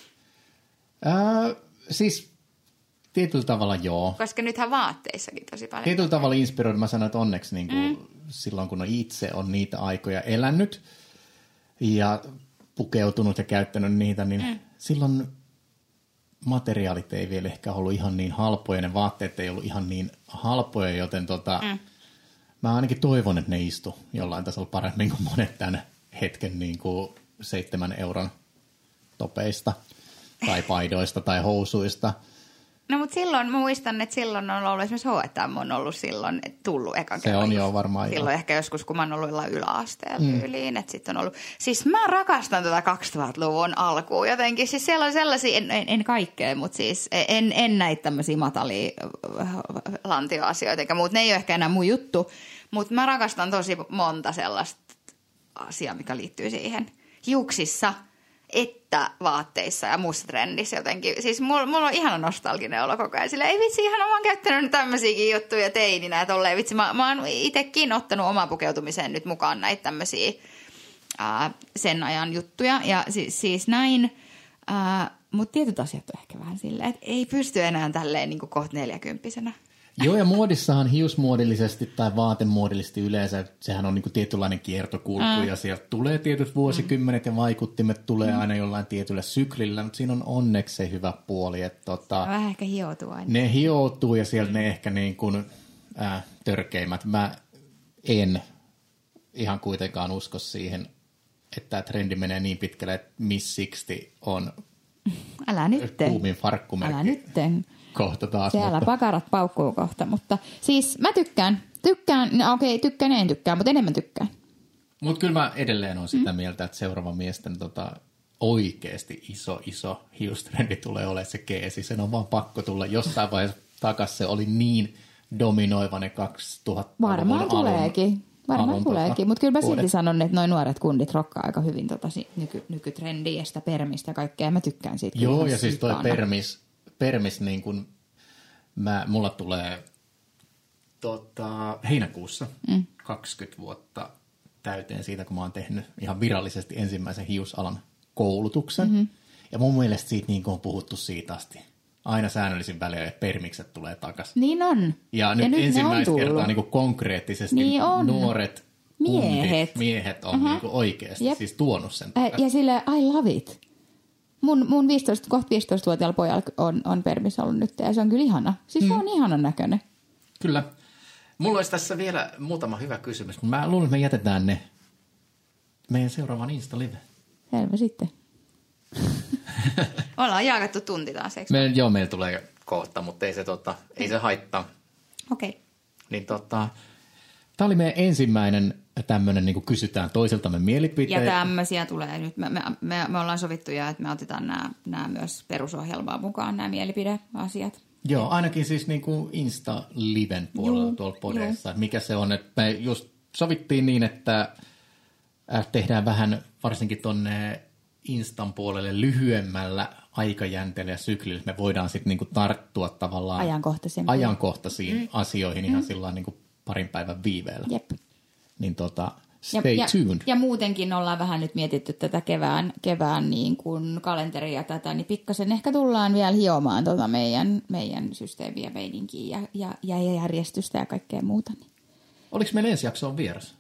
Siis tietyllä tavalla joo. Koska nythän vaatteissakin tosi paljon. Tietyllä tavalla inspiroidut. Mä sanoin, että onneksi niin kuin, silloin, kun itse on niitä aikoja elänyt ja pukeutunut ja käyttänyt niitä, niin silloin materiaalit ei vielä ehkä ollut ihan niin halpoja. Ne vaatteet ei ollut ihan niin halpoja, joten mä ainakin toivon, että ne istu jollain tasolla paremmin kuin monet tämän hetken niin kuin 7 euron topeista tai paidoista tai housuista. No mutta silloin, mä muistan, että silloin on ollut esimerkiksi H&M on ollut silloin tullut eka kerran. Se on jo varmaan silloin ehkä joskus, kun mä oon ollut yläasteella tyyliin, että sitten on ollut. Siis mä rakastan tätä 2000-luvun alkuun jotenkin. Siis siellä on sellaisia, en kaikkea, mutta siis en näitä tämmöisiä matalia lantioasioita eikä muut. Ne ei ole ehkä enää mun juttu, mutta mä rakastan tosi monta sellaista asiaa, mikä liittyy siihen hiuksissa, että vaatteissa ja muussa trendissä jotenkin. Siis mulla on ihana nostalginen olo koko ajan. Sillä ei vitsi, ihan mä oon käyttänyt tämmöisiäkin juttuja teininä, että olleen vitsi. Mä oon itsekin ottanut omaan pukeutumiseen nyt mukaan näitä tämmöisiä sen ajan juttuja. Ja siis näin, mutta tietyt asiat on ehkä vähän silleen, että ei pysty enää tälleen niin kuin kohta 40-vuotiaana. Joo, ja muodissahan hiusmuodillisesti tai vaatemuodillisesti yleensä, sehän on niin kuin tietynlainen kiertokulku ja sieltä tulee tietyt vuosikymmenet ja vaikuttimet tulee aina jollain tietyllä syklillä, mutta siinä on onneksi se hyvä puoli, että vähän ehkä hioutuu aina. Ne hioutuu ja sieltä ne ehkä niin kuin törkeimmät. Mä en ihan kuitenkaan usko siihen, että tämä trendi menee niin pitkälle, että Miss 60 on Älä nytten. kuumin farkkumerkki. Älä nytten. Kohta taas. Siellä mutta pakarat paukkuu kohta, mutta siis mä tykkään, tykkään ja en tykkää, mutta enemmän tykkään. Mutta kyllä mä edelleen olen sitä mieltä, että seuraava miesten oikeasti iso hiustrendi tulee olemaan se keesi. Sen on vaan pakko tulla jossain vaiheessa takaisin. Se oli niin dominoiva ne 2000-luvun Varmaan tuleekin, mutta kyllä mä silti sanon, että noin nuoret kundit rokkaa aika hyvin nykytrendiä ja sitä permistä ja kaikkea. Mä tykkään siitä. Joo, ja siis toi permis niin kun mulla tulee heinäkuussa 20 vuotta täyteen siitä, kun mä oon tehnyt ihan virallisesti ensimmäisen hiusalan koulutuksen. Mm-hmm. Ja mun mielestä siitä niin on puhuttu siitä asti. Aina säännöllisin välein, että permikset tulee takaisin. Niin on. Ja nyt ensimmäistä kertaa niin konkreettisesti niin nuoret miehet on niin oikeasti siis tuonut sen takaisin. Ja sille I love it. Mun 15-vuotiaalla pojalla on permis ollut nyt ja se on kyllä ihana. Siis se on ihanan näköinen. Kyllä. Mulla olisi tässä vielä muutama hyvä kysymys. Mä luulen, että me jätetään ne meidän seuraavan Insta-live. Selvä sitten. Ollaan jaakattu tunti taas, eikö? Meillä tulee kohta, mutta ei se haittaa. Okei. Okay. Niin tämä oli meidän ensimmäinen tämmöinen, niin kuin kysytään toisiltamme mielipiteitä. Ja tämmöisiä tulee nyt. Me ollaan sovittu ja että me otetaan nämä myös perusohjelmaan mukaan, nämä mielipideasiat. Joo, ainakin siis niin kuin Insta-liven puolella tuolla podessa. Mikä se on, että me just sovittiin niin, että tehdään vähän varsinkin tonne Instan puolelle lyhyemmällä aikajänteellä ja syklillä. Me voidaan sitten niinku tarttua tavallaan ajankohtaisiin asioihin ihan sillä niinku parin päivän viiveellä. Jep. Niin stay tuned. Ja muutenkin ollaan vähän nyt mietitty tätä kevään niin kuin kalenteria tätä, niin pikkasen ehkä tullaan vielä hiomaan meidän systeemiä, meininkiä ja järjestystä ja kaikkea muuta. Niin. Oliko meillä ensi jaksoon vieras?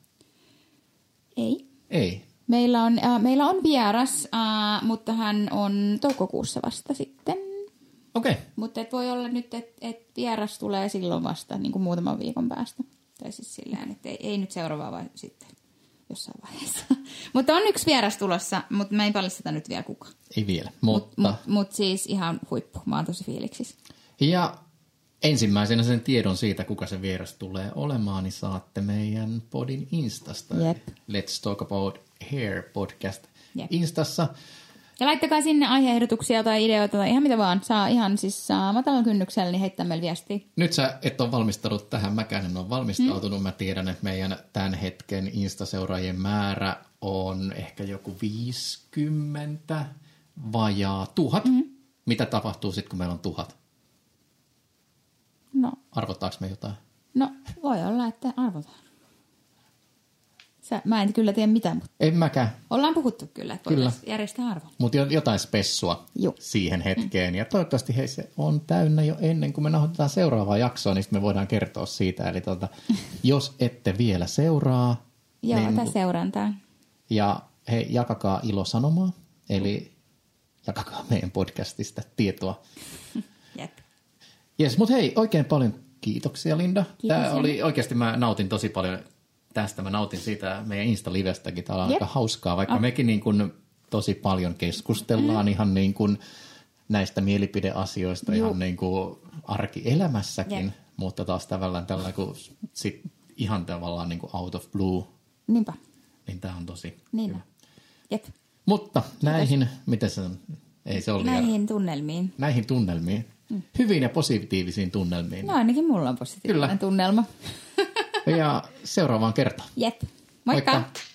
Ei. Meillä on vieras, mutta hän on toukokuussa vasta sitten. Okei. Okay. Mutta voi olla nyt, että vieras tulee silloin vasta niin kuin muutaman viikon päästä. Tai siis silleen, että ei nyt seuraavaa vai sitten jossain vaiheessa. Mutta on yksi vieras tulossa, mutta me ei paljasteta nyt vielä kuka. Ei vielä, mutta... Mutta siis ihan huippu. Mä oon tosi fiiliksissä. Ja ensimmäisenä sen tiedon siitä, kuka se vieras tulee olemaan, niin saatte meidän podin Instasta. Yep. Let's Talk About Hair podcast Instassa. Ja laittakaa sinne aiheehdotuksia tai ideoita tai ihan mitä vaan. Saa ihan siis matalan kynnyksellä, niin heittää meille viestiä. Nyt sä et ole valmistanut tähän, mäkään en ole valmistautunut. Mä tiedän, että meidän tämän hetken Insta-seuraajien määrä on ehkä joku 50 vajaa 1000. Mitä tapahtuu sitten, kun meillä on 1000? No. Arvotaanko me jotain? No, voi olla, että arvotaan. Mä en kyllä tiedä mitään, mutta... En mäkään. Ollaan puhuttu kyllä, että voitaisiin järjestää arvon. Mutta jotain spessua siihen hetkeen. Ja toivottavasti se on täynnä jo ennen kuin me nauhoitetaan seuraavaa jaksoa, niin me voidaan kertoa siitä. Eli jos ette vielä seuraa... Joo, niin, tai seurantaa. Ja jakakaa ilosanomaa, eli jakakaa meidän podcastista tietoa. Jep. Jes, mutta hei, oikein paljon kiitoksia, Linda. Kiitos. Tämä oli oikeasti, mä nautin tosi paljon tästä. Mä nautin siitä meidän Insta-livestäkin. Tämä on aika hauskaa, vaikka mekin niin kuin tosi paljon keskustellaan ihan niin kuin näistä mielipideasioista ihan niin kuin arkielämässäkin, mutta taas tavallaan tällä kun sit ihan tavallaan niin kuin out of blue. Niinpä. Niin tämä on tosi hyvä. Jep. Mutta näihin, miten se on? Ei se ole tunnelmiin. Näihin tunnelmiin. Hyviin ja positiivisiin tunnelmiin. No ainakin mulla on positiivinen tunnelma. Ja seuraavaan kertaan. Jep. Moikka!